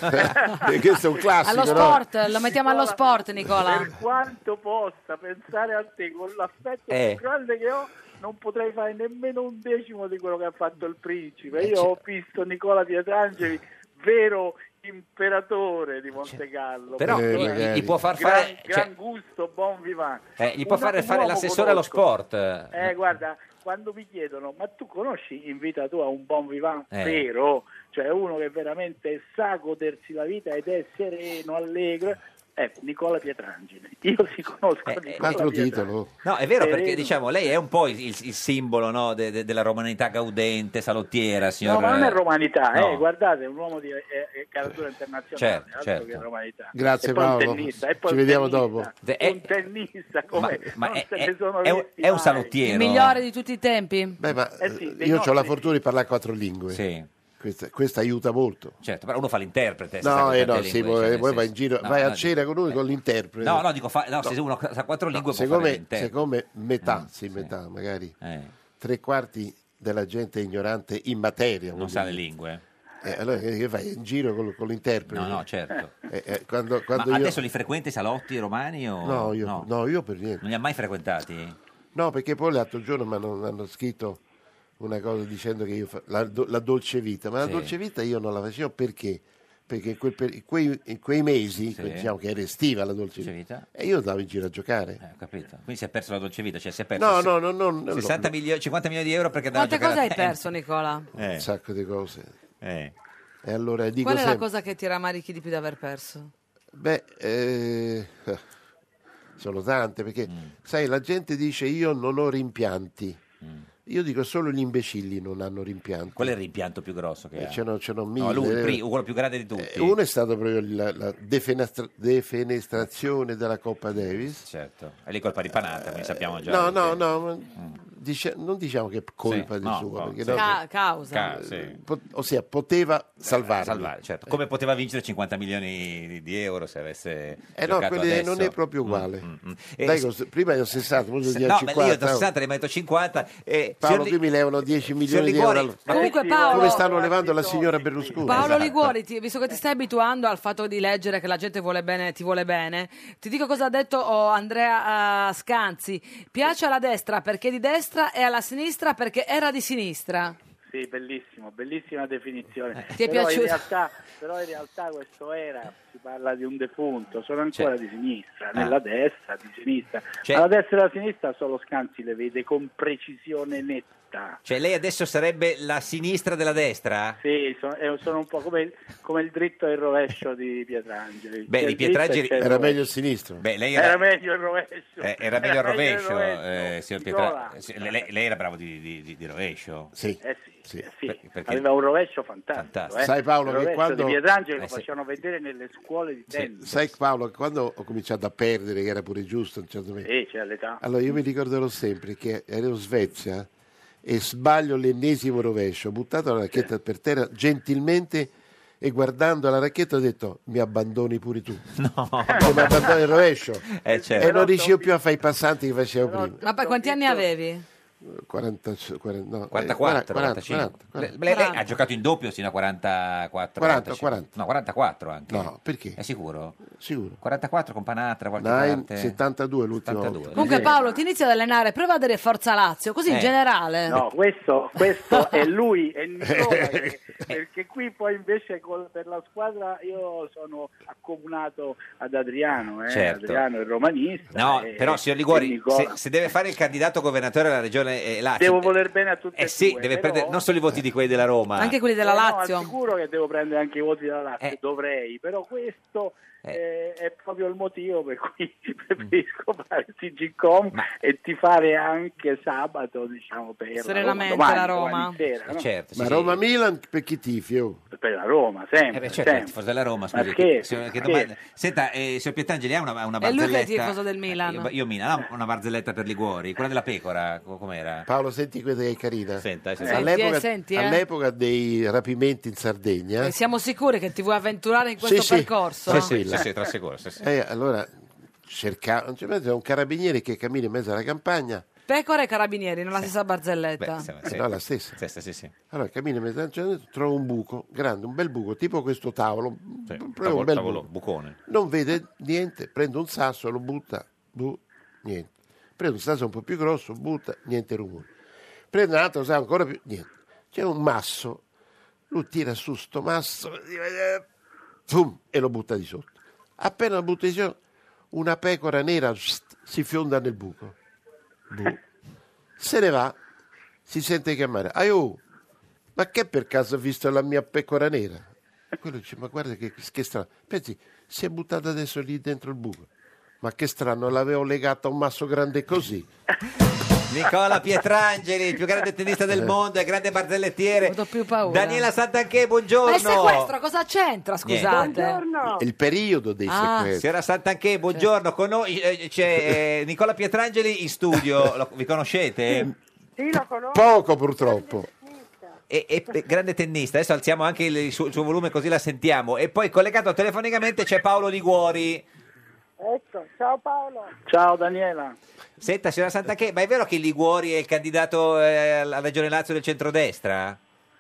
P: Eh, questo è un classico,
B: Allo
P: no?
B: sport, lo mettiamo allo sport, Nicola.
R: Per quanto possa pensare a te con l'affetto
C: Eh.
R: più grande che ho, non potrei fare nemmeno un decimo di quello che ha fatto il principe.
C: Eh,
R: Io
C: certo.
R: ho visto Nicola Pietrangeli, vero imperatore di Monte Carlo.
C: Però
P: Eh,
C: gli,
P: magari.
C: gli può far
R: gran,
C: fare...
R: gran
C: cioè,
R: gusto, buon vivant.
C: eh, gli può
R: Una-
C: fare
R: un
C: fare
R: uomo
C: l'assessore allo
R: conosco.
C: sport.
R: Eh, guarda, quando mi chiedono, ma tu conosci in vita tua un buon vivant
C: Eh.
R: vero? Cioè uno che veramente sa godersi la vita ed è sereno, allegro. Ecco, Nicola Pietrangeli. Io si conosco
C: Eh,
R: Nicola
P: Altro
R: Pietrangeli.
P: titolo.
C: No, è vero,
R: Sereno.
C: perché diciamo lei è un po' il, il simbolo, no, de- de- della romanità gaudente, salottiera, signor...
R: No, ma non è romanità,
C: No.
R: eh, guardate, è un uomo di eh, eh, caratura internazionale,
C: Certo,
R: altro
C: certo.
R: che romanità.
P: Grazie,
R: E poi un
P: Paolo.
R: tennista, e poi
P: Ci
R: un
P: vediamo
R: tennista,
P: dopo.
C: De- è-
R: un tennista come
C: ma
R: non
C: è,
R: se
C: è-
R: ne sono
C: è un,
R: visti
C: è un
R: mai.
C: salottiero.
B: Il migliore di tutti i tempi.
P: Beh, ma
R: Eh sì, dei
P: io ho la
R: nostri-
P: fortuna di parlare quattro lingue.
C: Sì,
P: Questa, questa aiuta molto.
C: certo, però uno fa l'interprete. se sa
P: No,
C: con
P: eh,
C: tante
P: no, sì,
C: lingue,
P: poi,
C: cioè, nel
P: poi vai in
C: senso-
P: giro,
C: no,
P: vai
C: no,
P: a cena con lui con l'interprete.
C: No, no, dico, fa- no, se uno sa quattro lingue può fare
P: Siccome,
C: l'interprete.
P: siccome metà,
C: Eh,
P: sì,
C: sì.
P: metà, magari
C: Eh,
P: tre quarti della gente è ignorante in materia.
C: non
P: voglio
C: sa le
P: dire.
C: lingue.
P: Eh, allora che che fai? In giro con, con l'interprete?
C: No, no, certo.
P: Eh, eh, quando, quando
C: Ma
P: io...
C: adesso li frequenta i salotti romani o
P: No, io, no, io per niente.
C: Non li ha mai frequentati?
P: No, perché poi l'altro giorno mi hanno, hanno scritto una cosa dicendo che io fa, la, do- la dolce vita, ma
C: Sì.
P: la dolce vita io non la facevo perché? Perché in, quel per- in quei, in quei mesi,
C: Sì.
P: diciamo che era estiva la dolce
C: Dolce
P: vita,
C: vita.
P: e io andavo in giro a giocare.
C: Eh, ho capito. Quindi si è perso la dolce vita, cioè si è perso
P: No,
C: se-
P: no, no, no, no,
C: sessanta
P: no.
C: milio- cinquanta milioni di euro perché andava
B: Quante
C: a giocare
B: cose hai
C: a tennis.
B: perso, Nicola?
C: Eh.
P: Un sacco di cose.
C: Eh.
P: E allora dico
B: Qual è la
P: sempre,
B: cosa che ti rammarichi di più di aver perso?
P: beh, eh, sono tante, perché sai, la gente dice io non ho rimpianti. Io dico solo gli imbecilli non hanno rimpianti.
C: Qual è il rimpianto più grosso che
P: Eh,
C: ha?
P: ce n'ho, ce n'ho
C: No,
P: mille.
C: lui, il pri- quello più grande di tutti.
P: Eh, Uno è stato proprio la, la defenestra- defenestrazione della Coppa Davis.
C: Certo. È lì colpa di Panata, noi sappiamo già.
P: No, no,
C: perché-
P: no, ma dice- non diciamo che è colpa
C: Sì,
P: di
C: no,
P: sua.
C: no,
P: perché
C: sì.
P: no,
B: Ca- causa.
C: Ca- sì.
P: po- ossia, poteva salvarli.
C: Salvare, certo. Come poteva vincere cinquanta milioni di, di euro se avesse
P: Eh no,
C: giocato
P: quelli
C: adesso?
P: non è proprio uguale.
C: Mm, mm, mm. E
P: Dai,
C: s-
P: cos- prima ero sessanta, poi sono
C: se-
P: di
C: no, ma
P: cinquanta.
C: io da sessanta ne metto cinquanta. E
P: Paolo,
C: signor
P: qui mi levano dieci milioni
C: signor
P: di
C: Liguori,
P: euro.
C: ma-
B: Comunque
P: Come
B: Paolo,
P: stanno levando la signora Berlusconi?
B: Paolo
C: Esatto.
B: Liguori, ti- visto che ti stai abituando al fatto di leggere che la gente vuole bene, ti vuole bene, ti dico cosa ha detto oh, Andrea eh, Scanzi. Piace alla destra perché è di destra e alla sinistra perché era di sinistra.
R: Sì, bellissimo, bellissima definizione.
B: Ti è
R: però, in
B: piaciuto?
R: realtà, però in realtà questo era, si parla di un defunto, sono ancora
C: Cioè-
R: di sinistra,
C: Ah.
R: nella destra, di sinistra.
C: Cioè-
R: Alla destra e alla sinistra solo Scanzi le vede con precisione netta.
C: Cioè lei adesso sarebbe la sinistra della destra?
R: Sì, sono, eh, sono un po' come, come il dritto e il rovescio di Pietrangeli.
C: Beh,
R: C'è
C: di
R: il dritto e
C: Pietrangeli-
R: c'è il
P: Era
R: rovescio.
P: meglio il sinistro.
C: Beh, lei
R: Era
C: era,
R: meglio il rovescio.
C: eh, era meglio il rovescio,
R: il
C: eh, signor
R: Nicola.
C: Pietra- sì, lei, lei era bravo di, di- di- di rovescio?
P: Sì.
R: Eh sì,
P: Sì.
R: eh sì.
C: Per- perché-
R: Aveva un rovescio fantastico.
C: Fantastico.
R: eh.
P: Sai, Paolo,
R: il
P: che
R: rovescio
P: quando-
R: di Pietrangeli
C: Eh,
R: lo
C: sì.
R: facevano vedere nelle scuole di tennis.
P: Sai Paolo, quando ho cominciato a perdere, che era pure giusto a un certo momento,
R: Sì, c'è l'età.
P: allora io mi ricorderò sempre che ero in Svezia e sbaglio l'ennesimo rovescio, ho buttato la racchetta per terra gentilmente e guardando la racchetta ho detto mi abbandoni pure tu.
C: No.
P: Che mi abbandoni il rovescio.
C: Eh, certo.
P: E non riuscivo più a fare i passanti che facevo prima.
B: Ma poi quanti anni avevi?
P: quaranta, quaranta, no,
C: quarantaquattro,
P: eh, quaranta,
C: quarantacinque.
P: quaranta,
C: Lei, lei
B: quaranta.
C: ha giocato in doppio sino a quarantaquattro?
P: quaranta,
C: quarantacinque?
P: quaranta.
C: No, quarantaquattro anche.
P: No, perché?
C: È sicuro?
P: Sicuro.
C: quarantaquattro con Panatra, qualche
P: Dai,
C: parte?
P: settantadue l'ultima
C: settantadue.
P: volta.
B: Comunque Paolo, ti inizi ad allenare, prova a dare Forza Lazio, così in
C: Eh.
B: generale.
R: No, questo, questo è lui, è Nicola, che- perché qui poi invece col- per la squadra io sono accomunato ad Adriano, eh.
C: Certo.
R: Adriano è romanista.
C: No,
R: e-
C: però signor
R: e
C: Liguori,
R: Nicola.
C: se, se deve fare il candidato governatore della regione eh, Lazio...
R: Devo voler bene a tutte
C: Eh
R: e
C: sì,
R: due,
C: deve
R: però-
C: prendere non solo i voti di quelli della Roma.
B: Anche quelli della
R: Eh, no,
B: Lazio.
R: è sicuro che devo prendere anche i voti della Lazio,
C: Eh.
R: dovrei, però questo
C: Eh.
R: eh, è proprio il motivo per cui preferisco fare T G Com e tifare anche sabato, diciamo, per la
B: Serenamente
R: Roma,
B: la
R: domani,
B: Roma.
R: domani sera,
C: Eh,
R: no?
C: certo, sì,
P: Ma
C: sì.
P: Roma-Milan per chi tifi? Oh?
R: Per la Roma, sempre.
C: Eh beh, certo, è
R: sempre.
C: il tifoso della Roma,
R: Ma
C: scusi.
R: scherzi,
C: che- che
R: scherzi.
C: domanda- Senta, eh, signor Pietrangeli, ha una, una
B: È lui
C: barzelletta...
B: che è tifoso del Milan.
C: Io, io Milan, ha una barzelletta per Liguori, quella della pecora, co- com'era?
P: Paolo, senti quella che è carina.
C: Senta, eh,
B: Senti,
P: all'epoca,
B: eh, senti, eh.
P: all'epoca dei rapimenti in Sardegna,
B: E siamo sicuri che ti vuoi avventurare in questo
P: Sì, sì.
B: percorso?
C: Sì, sì,
P: Tranquilla.
C: sì, sì, trasicuro, sì, sì.
P: eh, allora cercava, c'è un carabiniere che cammina in mezzo alla campagna,
B: Pecora e carabinieri, non la stessa barzelletta.
C: Beh, sì, sì.
P: eh, no, la stessa.
C: Sì, sì, sì, sì.
P: Allora cammina in mezzo alla campagna, trova un buco grande, un bel buco, tipo questo tavolo,
C: Sì,
P: proprio
C: tavolo-
P: un bel
C: tavolo,
P: buco.
C: bucone.
P: Non vede niente, prende un sasso, lo butta, bu, niente. Prende un sasso un po' più grosso, butta, niente rumore. Prende un altro sasso ancora più, niente. C'è un masso, lui tira su sto masso, fum, e lo butta di sotto. Appena lo butta di sotto, una pecora nera pst, si fionda nel buco. Bu. Se ne va, si sente chiamare. Aiù, ma che per caso ha visto la mia pecora nera? Quello dice, ma guarda che, che strano. Pensi, si è buttata adesso lì dentro il buco. Ma che strano, l'avevo legata a un masso grande così.
C: Nicola Pietrangeli, il più grande tennista del mondo e grande barzellettiere.
B: Ho avuto più paura.
C: Daniela Santanchè, buongiorno.
B: Ma il sequestro cosa c'entra, scusate?
P: È il periodo dei
B: Ah.
P: sequestri.
C: Signora Santanchè, buongiorno. Con noi eh, c'è eh, Nicola Pietrangeli in studio. Lo- vi conoscete?
J: Sì, lo conosco.
P: Poco purtroppo.
C: E, e- e- grande tennista. Adesso alziamo anche il, il suo, il suo volume così la sentiamo. E poi collegato telefonicamente c'è Paolo Liguori.
J: Ecco, ciao Paolo.
R: Ciao Daniela.
C: Senta, signora Santanchè, ma è vero che Liguori è il candidato eh, alla Regione Lazio del centrodestra?
J: Sì,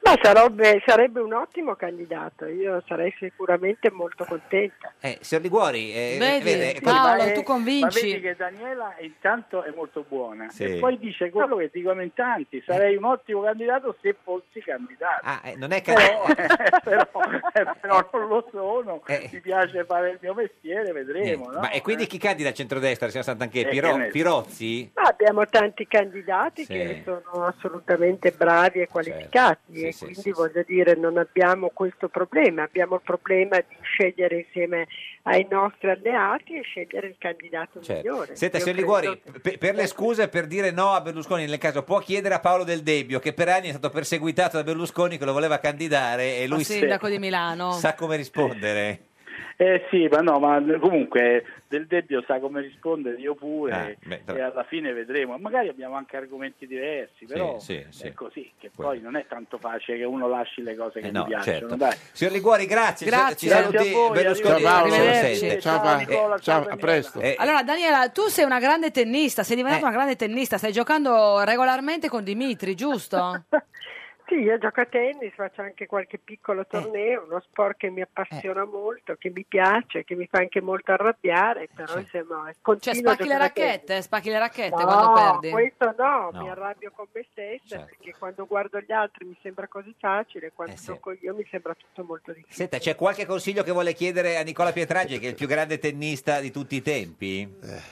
S: Ma sarebbe, sarebbe un ottimo candidato, io sarei sicuramente molto contenta.
C: Eh, signor Liguori, eh,
B: Vedi,
C: vede,
B: Paolo,
R: Ma è-
B: tu convinci.
R: Ma vedi che Daniela intanto è molto buona
C: Sì.
R: e poi dice quello che dicono in tanti, sarei un ottimo candidato se fossi candidato.
C: Ah, eh, non è che...
R: Però, però, eh, però non lo sono,
C: Eh.
R: mi piace fare il mio mestiere, vedremo.
C: Niente.
R: No?
C: Ma e quindi chi candida al centrodestra, signor Santanchè?
R: Eh,
C: Piro-
R: che ne so.
C: Pirozzi?
S: Ma abbiamo tanti candidati
C: Sì.
S: che sono assolutamente bravi e qualificati
C: Sì,
S: e
C: sì,
S: quindi
C: sì,
S: voglio dire non abbiamo questo problema, abbiamo il problema di scegliere insieme ai nostri alleati e scegliere il candidato
C: Certo.
S: migliore.
C: Senta,
S: Io
C: signor
S: credo
C: Liguori,
S: che-
C: pe- per le scuse per dire no a Berlusconi nel caso, può chiedere a Paolo Del Debbio, che per anni è stato perseguitato da Berlusconi, che lo voleva candidare e lui
B: Il sindaco di Milano.
C: sa come rispondere.
R: Eh sì, ma no, ma comunque Del Debbio sa come rispondere, io pure,
C: Ah, beh, tra-
R: e alla fine vedremo. Magari abbiamo anche argomenti diversi, però
C: sì, sì.
R: è così, che poi non è tanto facile che uno lasci le cose che
C: Eh
R: gli
C: no,
R: piacciono.
C: certo.
R: Dai.
C: Signor Liguori, grazie.
B: Grazie.
C: Ci saluti
R: Grazie a voi,
C: Berlusconi.
P: Ciao Paolo,
B: Arrivederci.
P: ciao, Pa-
R: Nicola,
P: ciao,
R: ciao,
P: a presto.
C: Eh,
B: Allora, Daniela, tu sei una grande tennista, sei diventata
C: Eh.
B: una grande tennista, stai giocando regolarmente con Dimitri, giusto?
S: Sì, io gioco a tennis, faccio anche qualche
C: Eh.
S: piccolo torneo, uno sport che mi appassiona molto, che mi piace, che mi fa anche molto arrabbiare, però insomma
B: Cioè,
S: continuo a
B: spacchi le
S: giocare a tennis.
B: racchette, spacchi le racchette
S: No,
B: quando perdi.
S: questo no,
C: No.
S: mi arrabbio con me stessa
C: Certo.
S: perché quando guardo gli altri mi sembra così facile, quando
C: Eh, sì.
S: gioco io mi sembra tutto molto difficile.
C: Senta, c'è qualche consiglio che vuole chiedere a Nicola Pietrangeli, che è il più grande tennista di tutti i tempi?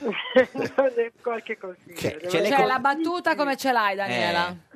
S: Non è qualche consiglio.
C: C'è-
S: devo
C: c'è le
B: Cioè,
C: con-
B: la battuta come ce l'hai, Daniela?
C: Eh.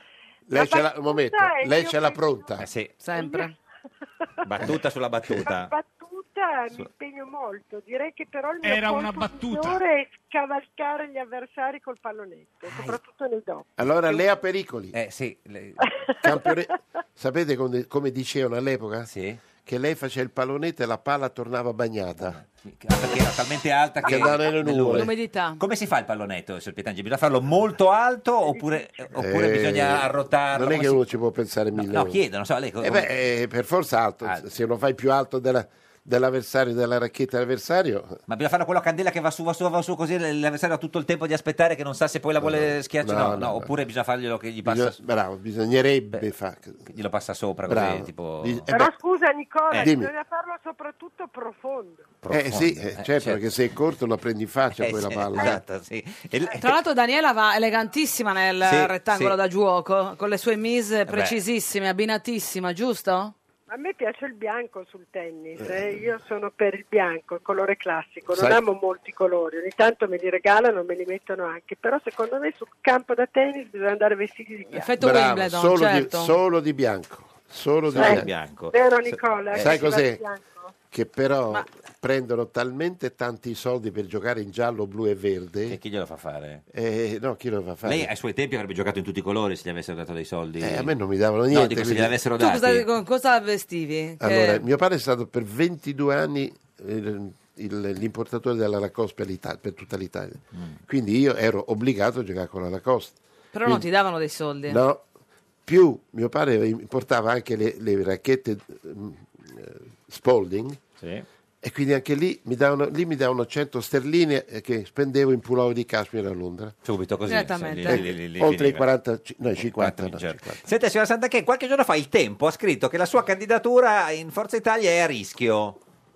P: Lei ce l'ha,
S: battuta
P: un momento,
S: è
P: lei
S: io
P: ce l'ha
S: penso-
P: pronta?
C: Eh sì,
B: Sempre.
C: battuta sulla
S: La
C: battuta.
S: battuta mi impegno molto, direi che però il mio
A: Era una
S: colpo
A: battuta.
S: migliore è scavalcare gli avversari col pallonetto, soprattutto nei doppio.
P: Allora lei ha pericoli.
C: Eh sì, le-
P: Campione- Sapete come, come dicevano all'epoca?
C: sì.
P: Che lei faceva il pallonetto e la palla tornava bagnata.
C: Ah, perché era talmente alta che...
P: Che andava nelle nuvole.
B: L'umidità.
C: Come si fa il pallonetto, signor Pietrangeli? Bisogna farlo molto alto oppure, oppure
P: Eh,
C: bisogna arrotarlo?
P: Non è
C: Come
P: che
C: si-
P: uno ci può pensare
C: No,
P: mille
C: no,
P: ore.
C: chiedo, non so, lei...
P: Eh beh, eh, per forza alto.
C: Alto.
P: Se lo fai più alto della- dell'avversario, della racchetta dell'avversario,
C: Ma bisogna farlo quello a candela che va su, va su, va su, così l'avversario ha tutto il tempo di aspettare che non sa se poi la vuole schiacciare. No,
P: no,
C: no,
P: no, no.
C: oppure bisogna farglielo che gli passa,
P: bisogna- bravo, bisognerebbe fare.
C: glielo passa sopra, così,
P: Bravo.
C: tipo...
P: Bis- eh
S: Però
P: beh,
S: scusa Nicola,
C: Eh,
P: dimmi.
S: bisogna farlo soprattutto profondo.
P: eh sì,
C: profondo.
P: eh,
C: Eh,
P: certo,
C: certo.
P: perché se è corto lo prendi in faccia
C: Eh,
P: poi
C: sì,
P: la palla.
C: esatto, sì. E-
B: Tra l'altro Daniela va elegantissima nel
C: Sì,
B: rettangolo
C: sì.
B: da giuoco, con le sue mise
C: beh.
B: precisissime, abbinatissima, giusto?
S: A me piace il bianco sul tennis, eh. Io sono per il bianco, il colore classico, non
P: Sai-
S: amo molti colori, ogni tanto me li regalano, me li mettono anche, però secondo me sul campo da tennis bisogna andare vestiti di bianco.
B: Effetto
P: Bravo,
B: Wimbledon,
P: solo,
B: certo.
P: di, solo di bianco. Solo di
C: Solo di
P: bianco.
C: bianco.
S: Vero Nicola?
P: Sai
S: Che ci va
P: cos'è?
S: di bianco?
P: Che però
B: Ma-
P: prendono talmente tanti soldi per giocare in giallo, blu e verde.
C: Che chi glielo fa fare?
P: eh, no, chi lo fa fare?
C: Lei ai suoi tempi avrebbe giocato in tutti i colori se gli avessero dato dei soldi.
P: Eh, a me non mi davano
C: No,
P: niente.
C: dico se
P: quindi-
C: gliel'avessero
B: Tu
C: dati.
B: cosa, con cosa vestivi? Che-
P: Allora, mio padre è stato per ventidue anni il- il- l'importatore della Lacoste per, l'Italia- per tutta l'Italia.
C: Mm.
P: Quindi io ero obbligato a giocare con la Lacoste.
B: Però non
P: Quindi-
B: ti davano dei soldi.
P: No, più mio padre importava anche le, le racchette mm, eh, Spalding.
C: Sì.
P: E quindi anche lì mi davano, lì mi davano cento sterline eh, che spendevo in pullover di cashmere a Londra.
C: Subito così.
B: Direttamente.
C: sì, lì- lì- lì
P: Oltre i
C: finiva.
P: quaranta, no, i cinquanta. no,
C: Certo.
P: cinquanta.
C: Senta, signora Santanchè, qualche giorno fa il Tempo ha scritto che la sua candidatura in Forza Italia è a rischio.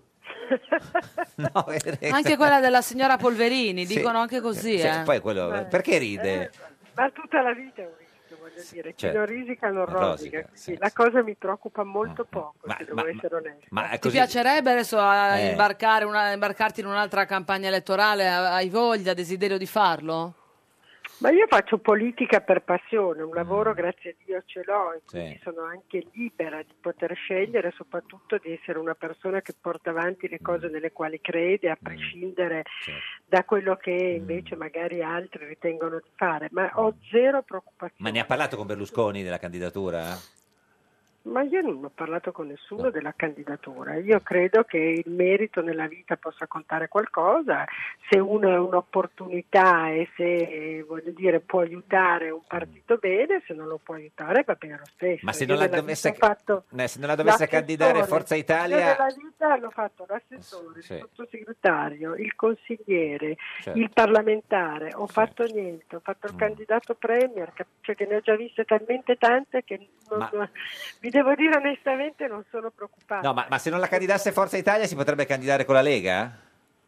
C: No, eh,
B: Anche quella della signora Polverini,
C: sì.
B: dicono anche così.
C: Sì,
B: eh.
C: poi quello,
S: Eh,
C: perché ride?
S: eh, ma tutta la vita è un rischio, voglio dire. Chi
C: certo.
S: non risica non
C: Rosica,
S: rosica. quindi
C: sì,
S: la cosa mi preoccupa molto poco,
C: Ma-
S: se
C: ma-
S: devo essere onesta.
C: Ma è
B: Ti
C: così.
B: piacerebbe adesso a-
C: Eh.
B: imbarcare una- imbarcarti in un'altra campagna elettorale? Hai voglia, desiderio di farlo?
S: Ma io faccio politica per passione, un lavoro grazie a Dio ce l'ho e quindi
C: Mm. Sì.
S: sono anche libera di poter scegliere, soprattutto di essere una persona che porta avanti le cose nelle quali crede, a prescindere
C: Certo.
S: da quello che invece magari altri ritengono di fare, ma ho zero preoccupazione.
C: Ma ne ha parlato con Berlusconi della candidatura?
S: Ma io non ho parlato con nessuno della candidatura. Io credo che il merito nella vita possa contare qualcosa. Se uno ha un'opportunità e se eh, voglio dire può aiutare un partito bene, se non lo può aiutare va bene lo stesso.
C: Ma se
S: Io
C: non la
S: nella
C: dovesse,
S: vita ho fatto
C: eh, se non la dovesse
S: l'assessore.
C: candidare Forza
S: Io
C: Italia...
S: nella vita l'ho fatto l'assessore,
C: Sì.
S: il sottosegretario, il consigliere,
C: Certo.
S: il parlamentare, ho fatto niente, ho fatto il
C: Mm.
S: candidato premier, cap- cioè che ne ho già viste talmente tante che non,
C: Ma-
S: vi devo dire onestamente non sono preoccupata.
C: No, ma, ma se non la candidasse Forza Italia si potrebbe candidare con la Lega?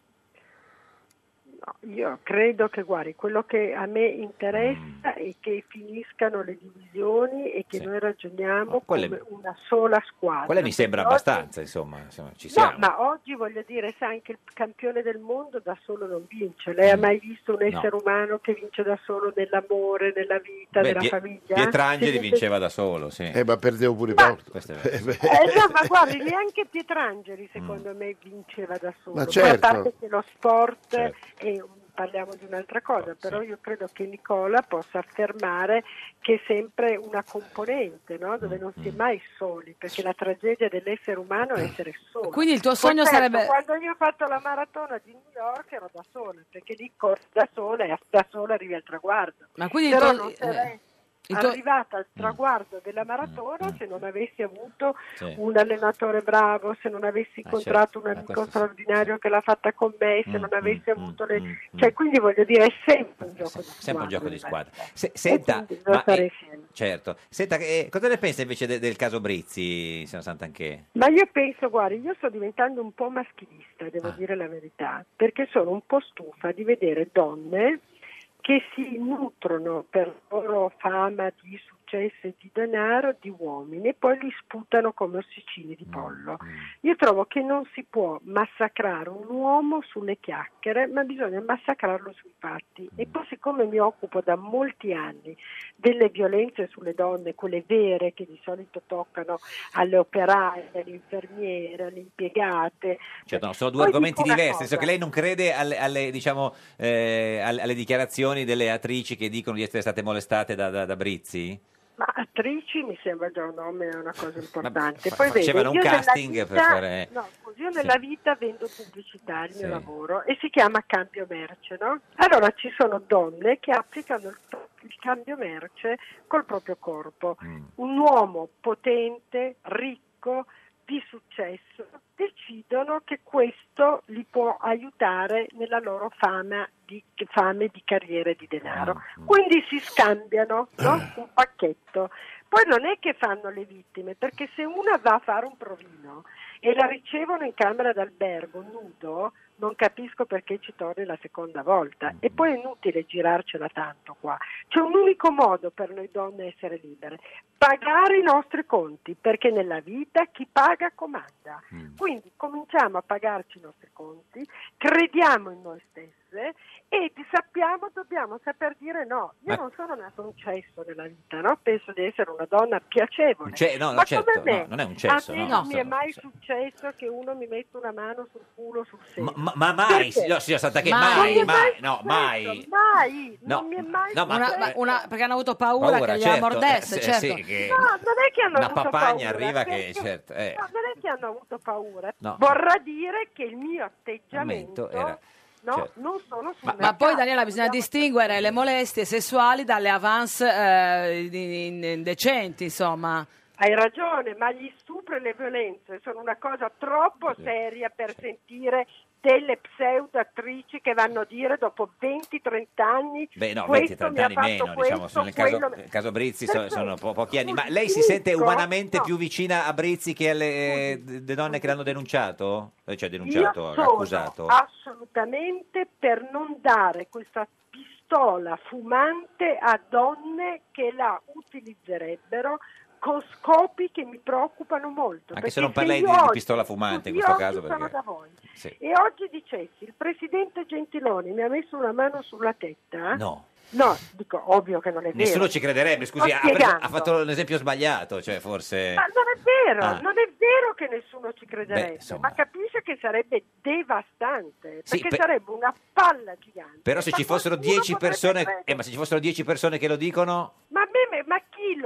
S: No, io credo che, guardi, quello che a me interessa
C: Mm.
S: è che finiscano le divisioni e che noi ragioniamo
C: quelle-
S: come una sola squadra.
C: Quella mi sembra
S: Perché oggi-
C: abbastanza, insomma, insomma, ci
S: No,
C: siamo.
S: ma oggi voglio dire, sa, anche il campione del mondo da solo non vince. Lei ha mai visto un essere umano che vince da solo nell'amore, nella vita,
C: Beh,
S: nella
C: Pie-
S: famiglia?
C: Pietrangeli
S: Si-
C: vinceva da solo, sì.
P: Eh, ma perdevo pure Paolo.
C: Questo è vero.
S: Eh, no, ma guardi, neanche Pietrangeli secondo me vinceva da solo.
P: Ma
S: Poi
P: certo.
S: a parte che lo sport
C: Certo.
S: è un- parliamo di un'altra cosa, però io credo che Nicola possa affermare che è sempre una componente, no? Dove non si è mai soli, perché la tragedia dell'essere umano è essere solo.
B: Quindi il tuo
S: Poi
B: sogno
S: certo,
B: sarebbe-
S: quando io ho fatto la maratona di New York ero da sola, perché lì corri da sola e da sola arrivi al traguardo.
B: Ma quindi il
S: Però
B: tuo-
S: non sarei
B: eh, il tuo-
S: arrivata al traguardo della maratona se non avessi avuto
C: Sì.
S: un allenatore bravo, se non avessi incontrato
C: certo.
S: un
C: Eh,
S: amico
C: questo sì,
S: straordinario che l'ha fatta con me, se
C: Mm,
S: non avessi
C: mm,
S: avuto
C: mm,
S: le...
C: mm,
S: cioè quindi voglio dire è sempre un gioco di
C: Sempre
S: squadra.
C: un gioco di squadra. Se-
S: E
C: senta,
S: quindi bisogna
C: ma,
S: stare
C: eh,
S: insieme.
C: certo. Senta, eh, cosa ne pensa invece de- del caso Brizzi, signor Santanchè?
S: Ma io penso, guardi, io sto diventando un po' maschilista,
C: Ah.
S: devo dire la verità, perché sono un po' stufa di vedere donne che si nutrono per la loro fama di successo e di denaro di uomini e poi li sputano come ossicini di pollo. Io trovo che non si può massacrare un uomo sulle chiacchiere, ma bisogna massacrarlo sui fatti. E poi siccome mi occupo da molti anni delle violenze sulle donne, quelle vere che di solito toccano alle operaie, alle infermiere, alle impiegate.
C: Certo, no, sono due
S: Poi
C: argomenti
S: dico una
C: diversi, nel senso
S: cosa.
C: che lei non crede alle, alle, diciamo, eh, alle, alle dichiarazioni delle attrici che dicono di essere state molestate da, da, da Brizzi?
S: Ma attrici mi sembra già un nome, è una cosa importante.
C: fa-
S: Poi vede,
C: facevano un
S: io nella
C: casting
S: vita-
C: per fare-
S: No, scusi, io nella vita vendo pubblicità, il mio
C: Sì.
S: lavoro, e si chiama cambio merce, no? Allora ci sono donne che applicano il, il cambio merce col proprio corpo.
C: Mm.
S: Un uomo potente, ricco, di successo, decidono che questo li può aiutare nella loro fama di, fame di carriera e di denaro. Quindi si scambiano, no? Un pacchetto. Poi non è che fanno le vittime, perché se una va a fare un provino e la ricevono in camera d'albergo nudo, non capisco perché ci torni la seconda volta. E poi è inutile girarcela tanto qua. C'è un unico modo per noi donne essere libere: pagare i nostri conti, perché nella vita chi paga comanda. Quindi cominciamo a pagarci i nostri conti, crediamo in noi stesse e sappiamo, dobbiamo saper dire no. Io
C: Ma-
S: non sono nato un cesso nella vita, no? Penso di essere una donna piacevole.
C: Cioè, no, no,
S: Ma
C: certo,
S: come me,
C: no, non è un cesso,
S: a me
C: no,
S: non mi è
C: no,
S: mai successo che uno mi metta una mano sul culo, sul seno.
C: Ma, ma mai,
S: Perché?
C: signor, signor Santanchè,
S: Non
C: mai,
S: mi è
C: mai,
S: mai
C: no,
S: successo,
C: mai.
S: mai,
C: No,
S: non mi è mai
C: no, ma-
B: Una-
S: successo.
B: ma- una- perché hanno avuto paura,
C: Paura,
B: che gliela
C: certo,
B: mordesse,
C: eh, sì,
B: certo.
C: sì, che-
S: No, non è che hanno
C: Una
S: avuto
C: papagna
S: paura,
C: arriva che,
S: perché-
C: certo, eh.
S: no, non è che hanno avuto paura,
C: No.
S: vorrà dire che il mio atteggiamento
C: Momento era-
S: no,
C: certo.
S: non sono sul
B: Ma, ma
S: mercato.
B: poi Daniela bisogna distinguere le molestie sessuali dalle avance eh, di- di- indecenti, insomma.
S: Hai ragione, ma gli stupri e le violenze sono una cosa troppo seria per sentire delle pseudo attrici che vanno a dire dopo venti trenta anni
C: Beh, no,
S: questo
C: venti trenta
S: mi ha
C: anni
S: fatto
C: meno,
S: questo,
C: diciamo, sono nel caso,
S: quello-
C: nel caso Brizzi so-
S: Perfetto.
C: sono po- pochi anni. Ma
S: Scusi,
C: lei si
S: finisco?
C: sente umanamente
S: No.
C: più vicina a Brizzi che alle eh, d- donne che l'hanno denunciato? Eh, Cioè denunciato,
S: Io sono
C: accusato?
S: assolutamente per non dare questa pistola fumante a donne che la utilizzerebbero con scopi che mi preoccupano molto.
C: Anche
S: perché
C: se non parlei di,
S: io
C: di
S: oggi-
C: pistola fumante in
S: io
C: questo
S: oggi
C: caso.
S: sono
C: Perché...
S: da voi.
C: Sì.
S: E oggi dicessi il presidente Gentiloni mi ha messo una mano sulla testa.
C: No.
S: No, dico, ovvio che non è vero.
C: Nessuno ci crederebbe, scusi,
S: Sto
C: ha, preso-
S: spiegando.
C: ha fatto l'esempio sbagliato, cioè forse...
S: Ma non è vero,
C: Ah.
S: non è vero che nessuno ci crederebbe,
C: Beh, insomma.
S: ma capisce che sarebbe devastante,
C: Sì,
S: perché
C: per-
S: sarebbe una palla gigante.
C: Però se
S: Ma
C: ci fossero
S: qualcuno
C: dieci
S: potrebbe
C: persone,
S: credere.
C: eh, ma se ci fossero dieci persone che lo dicono...
S: Ma, a me- ma chi lo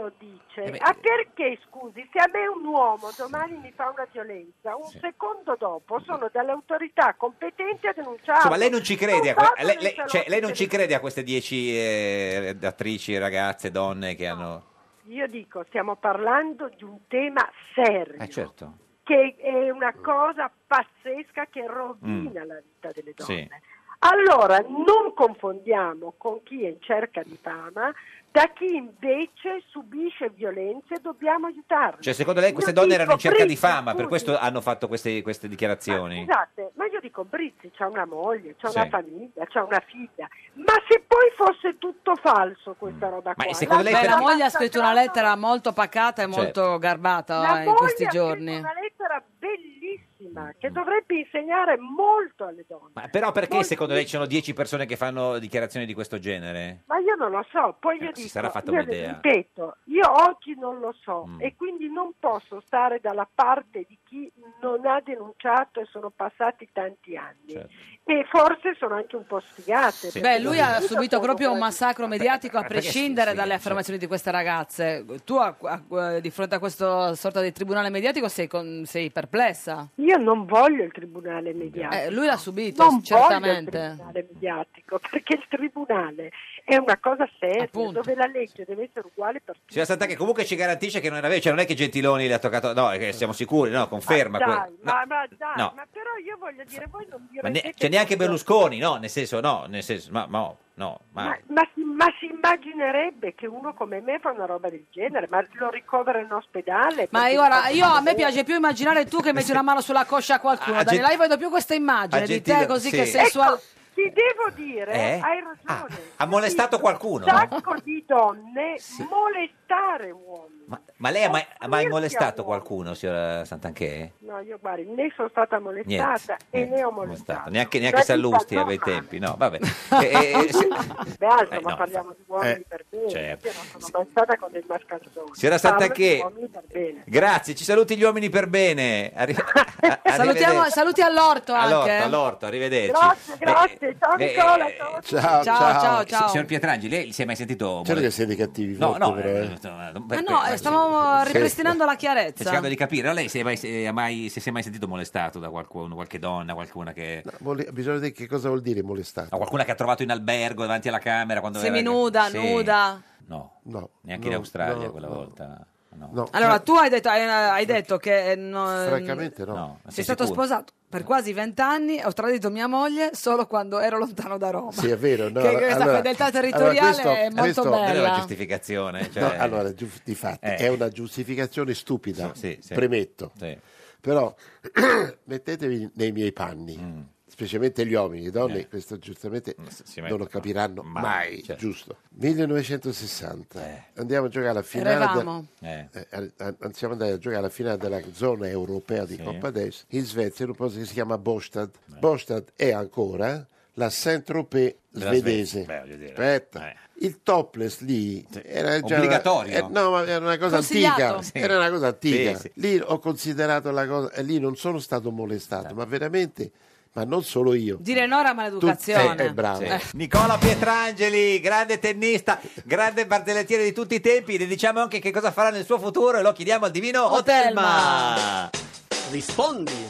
S: lo dice,
C: Eh beh,
S: ah, perché scusi, se a me un uomo domani mi fa una violenza, un
C: Sì.
S: secondo dopo sono dalle autorità competenti a denunciarlo.
C: Insomma, lei non ci crede a,
S: Non
C: que-
S: vado
C: lei,
S: nei
C: lei-
S: salotti
C: cioè, lei non ci
S: televisivi.
C: crede a queste dieci eh, attrici, ragazze, donne che hanno...
S: Io dico, stiamo parlando di un tema serio,
C: Eh certo.
S: che è una cosa pazzesca che rovina
C: Mm.
S: la vita delle
C: Sì.
S: donne. Allora, non confondiamo con chi è in cerca di fama da chi invece subisce violenze, dobbiamo aiutarlo.
C: Cioè, secondo lei queste
S: Io
C: donne
S: dico,
C: erano in cerca di
S: Brizzi,
C: fama, per
S: scusi,
C: questo hanno fatto queste, queste dichiarazioni?
S: Scusate, ma io dico Brizzi c'ha una moglie, c'ha
C: Sì.
S: una famiglia, c'ha una figlia, ma se poi fosse tutto falso questa roba
C: Ma
S: qua?
C: secondo lei
B: Beh,
C: per-
B: la moglie ha scritto una lettera molto pacata e
C: Certo.
B: molto garbata
S: La
B: eh, in questi
S: moglie ha scritto
B: giorni.
S: una lettera bellissima che dovrebbe insegnare molto alle donne.
C: Ma però perché
S: Molto-
C: secondo lei ci sono dieci persone che fanno dichiarazioni di questo genere?
S: Ma io non lo so, poi io
C: Eh, si
S: dico,
C: sarà fatta
S: io
C: un'idea.
S: ripeto, io oggi non lo so
C: Mm.
S: e quindi non posso stare dalla parte di chi non ha denunciato e sono passati tanti anni
C: Certo.
S: e forse sono anche un po' sfigate.
B: Beh,
S: perché
B: lui
S: io
B: ha subito
S: sono
B: proprio un
S: quella-
B: massacro mediatico a
C: perché
B: prescindere
C: sì,
B: dalle
C: sì,
B: affermazioni di queste ragazze. Tu a- a- di fronte a questo sorta di tribunale mediatico sei, con- sei perplessa?
S: Io non voglio il tribunale mediatico.
B: Eh, lui l'ha subito,
S: non voglio il
B: certamente.
S: tribunale mediatico perché il tribunale è una cosa seria dove la legge deve essere uguale per tutti.
C: Signora Sant'Anche comunque ci garantisce che non è vero, cioè non è che Gentiloni le ha toccato, no, è che siamo sicuri, no, conferma.
S: Dai,
C: que- no,
S: ma, ma dai,
C: no.
S: ma però io voglio dire, voi non vi
C: ma ne-
S: rendete
C: c'è neanche
S: conto-
C: Berlusconi, no, nel senso, no, nel senso, ma, ma no, no, ma...
S: Ma, ma si, ma si immaginerebbe che uno come me fa una roba del genere, ma lo ricovera in ospedale?
B: Ma
S: perché-
B: guarda, io a me piace più immaginare tu che metti una mano sulla coscia a qualcuno.
C: A
B: Daniela,
C: Gent-
B: io vedo più questa immagine
C: a
B: di
C: Gentile-
B: te così
C: sì.
B: che sensuale.
S: Ecco, ti devo dire,
C: Eh?
S: hai ragione.
C: Ha molestato qualcuno?
S: Un sacco di donne molestare uomini.
C: Ma, ma lei ha mai, ha mai
S: Offrirsi a
C: molestato
S: uomini.
C: qualcuno, signora Sant'Anche?
S: No, io guardi, ne sono stata molestata
C: Niente,
S: e
C: niente,
S: ne ho
C: molestato.
S: molestato.
C: Neanche,
S: Una
C: neanche
S: vita
C: Sallusti a quei
S: normale.
C: tempi, no, vabbè. Eh, eh, si-
S: Beh, altro,
C: Eh,
S: ma
C: no,
S: parliamo di uomini
C: eh,
S: per bene.
C: certo.
S: Io non sono mai stata con dei mascalzoni.
C: Signora
S: Parlo
C: Sant'Anche,
S: di uomini per bene.
C: grazie, ci saluti gli uomini per bene. Arri- a-
B: Salutiamo,
C: arrivederci.
B: saluti all'orto anche.
C: All'orto, all'orto, arrivederci.
S: Grazie, grazie. Ciao
C: eh,
S: Nicola,
C: eh,
S: ciao.
P: Ciao,
B: Ciao, ciao, ciao.
C: Signor Pietrangeli, lei si è mai sentito...
P: Certo che siete cattivi,
C: No,
P: forte,
C: no,
P: però,
C: eh,
P: eh.
C: no,
B: Ma no, eh, stavamo ripristinando la
C: Sto
B: chiarezza.
C: cercando di capire, no, lei si è mai, si è mai, se si è mai sentito molestato da qualcuno, qualche donna, qualcuna che...
P: Mole- bisogna vedere che cosa vuol dire molestato.
C: No, qualcuna che ha trovato in albergo davanti alla camera quando era-
B: Seminuda,
C: Sì.
B: nuda.
C: No,
P: No,
C: neanche
P: no,
C: in Australia
P: no,
C: quella
P: no.
C: volta. No.
P: No,
B: Allora,
P: fra-
B: tu hai detto, hai, hai detto che non-
P: francamente no.
C: No, ma
B: sei stato
C: sicuro?
B: sposato per quasi vent'anni, ho tradito mia moglie solo quando ero lontano da Roma.
P: Sì, è vero. No,
B: Che questa
P: allora-
B: fedeltà
P: allora,
B: territoriale
P: questo-
B: è molto
P: questo-
C: Non è una
B: bella.
C: giustificazione. Cioè...
P: No, allora, giu- di fatti,
C: Eh.
P: è una giustificazione stupida,
C: Sì, sì.
P: premetto.
C: Sì.
P: Però mettetevi nei miei panni,
C: Mm.
P: specialmente gli uomini, le donne,
C: Eh.
P: questo giustamente
C: si
P: non lo capiranno
C: mai,
P: mai,
C: certo.
P: giusto. millenovecentosessanta,
C: Eh.
P: andiamo a giocare alla finale,
B: Eravamo.
C: Eh.
P: de- eh, eh, siamo andati a giocare alla finale della zona europea di
C: Sì.
P: Coppa Davis in Svezia, in un posto che si chiama Båstad. Båstad è ancora la Saint-Tropez
C: Della
P: svedese.
C: Svezia. Beh, voglio dire.
P: Aspetta.
C: Eh.
P: Il topless lì era già
C: Obbligatorio?
P: eh, no, ma era una cosa
B: Consigliato.
P: antica.
C: Sì.
P: Era una cosa antica.
C: Sì, sì.
P: Lì ho considerato la cosa, e lì non sono stato molestato, ma veramente, ma non solo io.
B: Dire no era maleducazione.
P: Tu- eh, eh, bravo.
B: Eh.
C: Nicola Pietrangeli, grande tennista, grande barzellettiere di tutti i tempi, le diciamo anche che cosa farà nel suo futuro e lo chiediamo al divino Otelma.
T: Rispondi,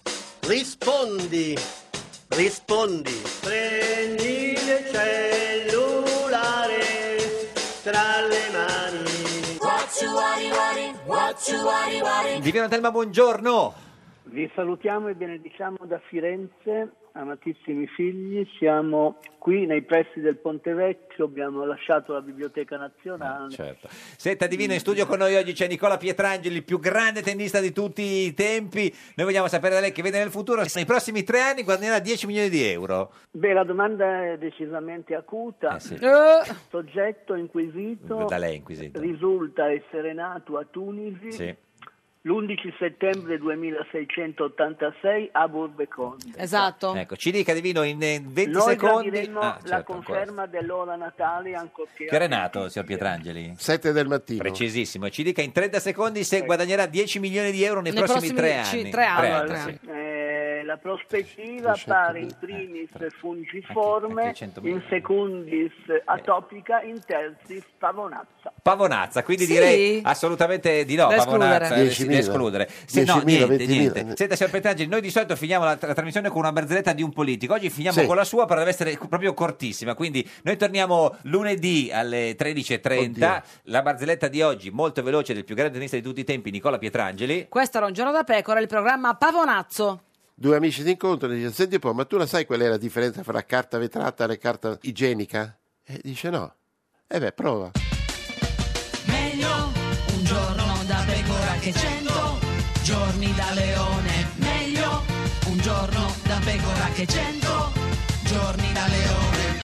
T: rispondi, rispondi. Prendi il cellulare tra le mani.
C: Divino Otelma, buongiorno.
R: Vi salutiamo e benediciamo da Firenze, amatissimi figli. Siamo qui nei pressi del Ponte Vecchio, abbiamo lasciato la Biblioteca Nazionale.
C: Certo. Senta, Divino, in studio con noi oggi c'è Nicola Pietrangeli, il più grande tennista di tutti i tempi. Noi vogliamo sapere da lei che vede nel futuro, nei prossimi tre anni guadagnerà dieci milioni di euro.
R: Beh, la domanda è decisamente acuta.
C: Eh sì.
B: Eh,
R: Soggetto inquisito
C: Da lei inquisito.
R: risulta essere nato a Tunisi
C: Sì.
R: l'undici settembre duemilaseicentottantasei a Burbe Conde.
B: esatto.
C: Ecco, ci dica Divino in eh, venti
R: Noi
C: secondi.
R: gradiremmo
C: Ah,
R: la
C: certo, ancora.
R: conferma dell'ora natale ancorché...
C: Che ora è nato, signor Pietrangeli?
P: sette del mattino.
C: Precisissimo. Ci dica in trenta secondi se guadagnerà dieci milioni di euro nei,
B: Nei
C: prossimi,
B: prossimi
C: tre
B: ci-
C: anni.
B: tre anni,
C: Tre
B: tre
C: sì.
B: anni.
R: Eh,
U: la prospettiva appare in primis fungiforme, in secundis atopica, in tertis pavonazza.
C: Pavonazza, quindi
U: Sì.
C: direi assolutamente di no,
U: Da
C: Pavonazza,
U: escludere.
C: eh, sì, da
P: diecimila.
C: escludere. Se no,
P: diecimila,
C: niente,
P: ventimila.
C: niente. Senta, signor Petangeli, noi di solito finiamo la, la trasmissione con una barzelletta di un politico, oggi finiamo
P: Sì.
C: con la sua, però deve essere proprio cortissima, quindi noi torniamo lunedì alle tredici e trenta, la barzelletta di oggi molto veloce del più grande tennista di tutti i tempi, Nicola Pietrangeli.
B: Questo era Un giorno da pecora, il programma Pavonazzo.
P: Due amici si incontrano e dice: senti un po', ma tu la sai qual è la differenza fra carta vetrata e carta igienica? E dice no. E beh, prova.
E: Meglio un giorno da pecora che cento giorni da leone. Meglio un giorno da pecora che cento giorni da leone.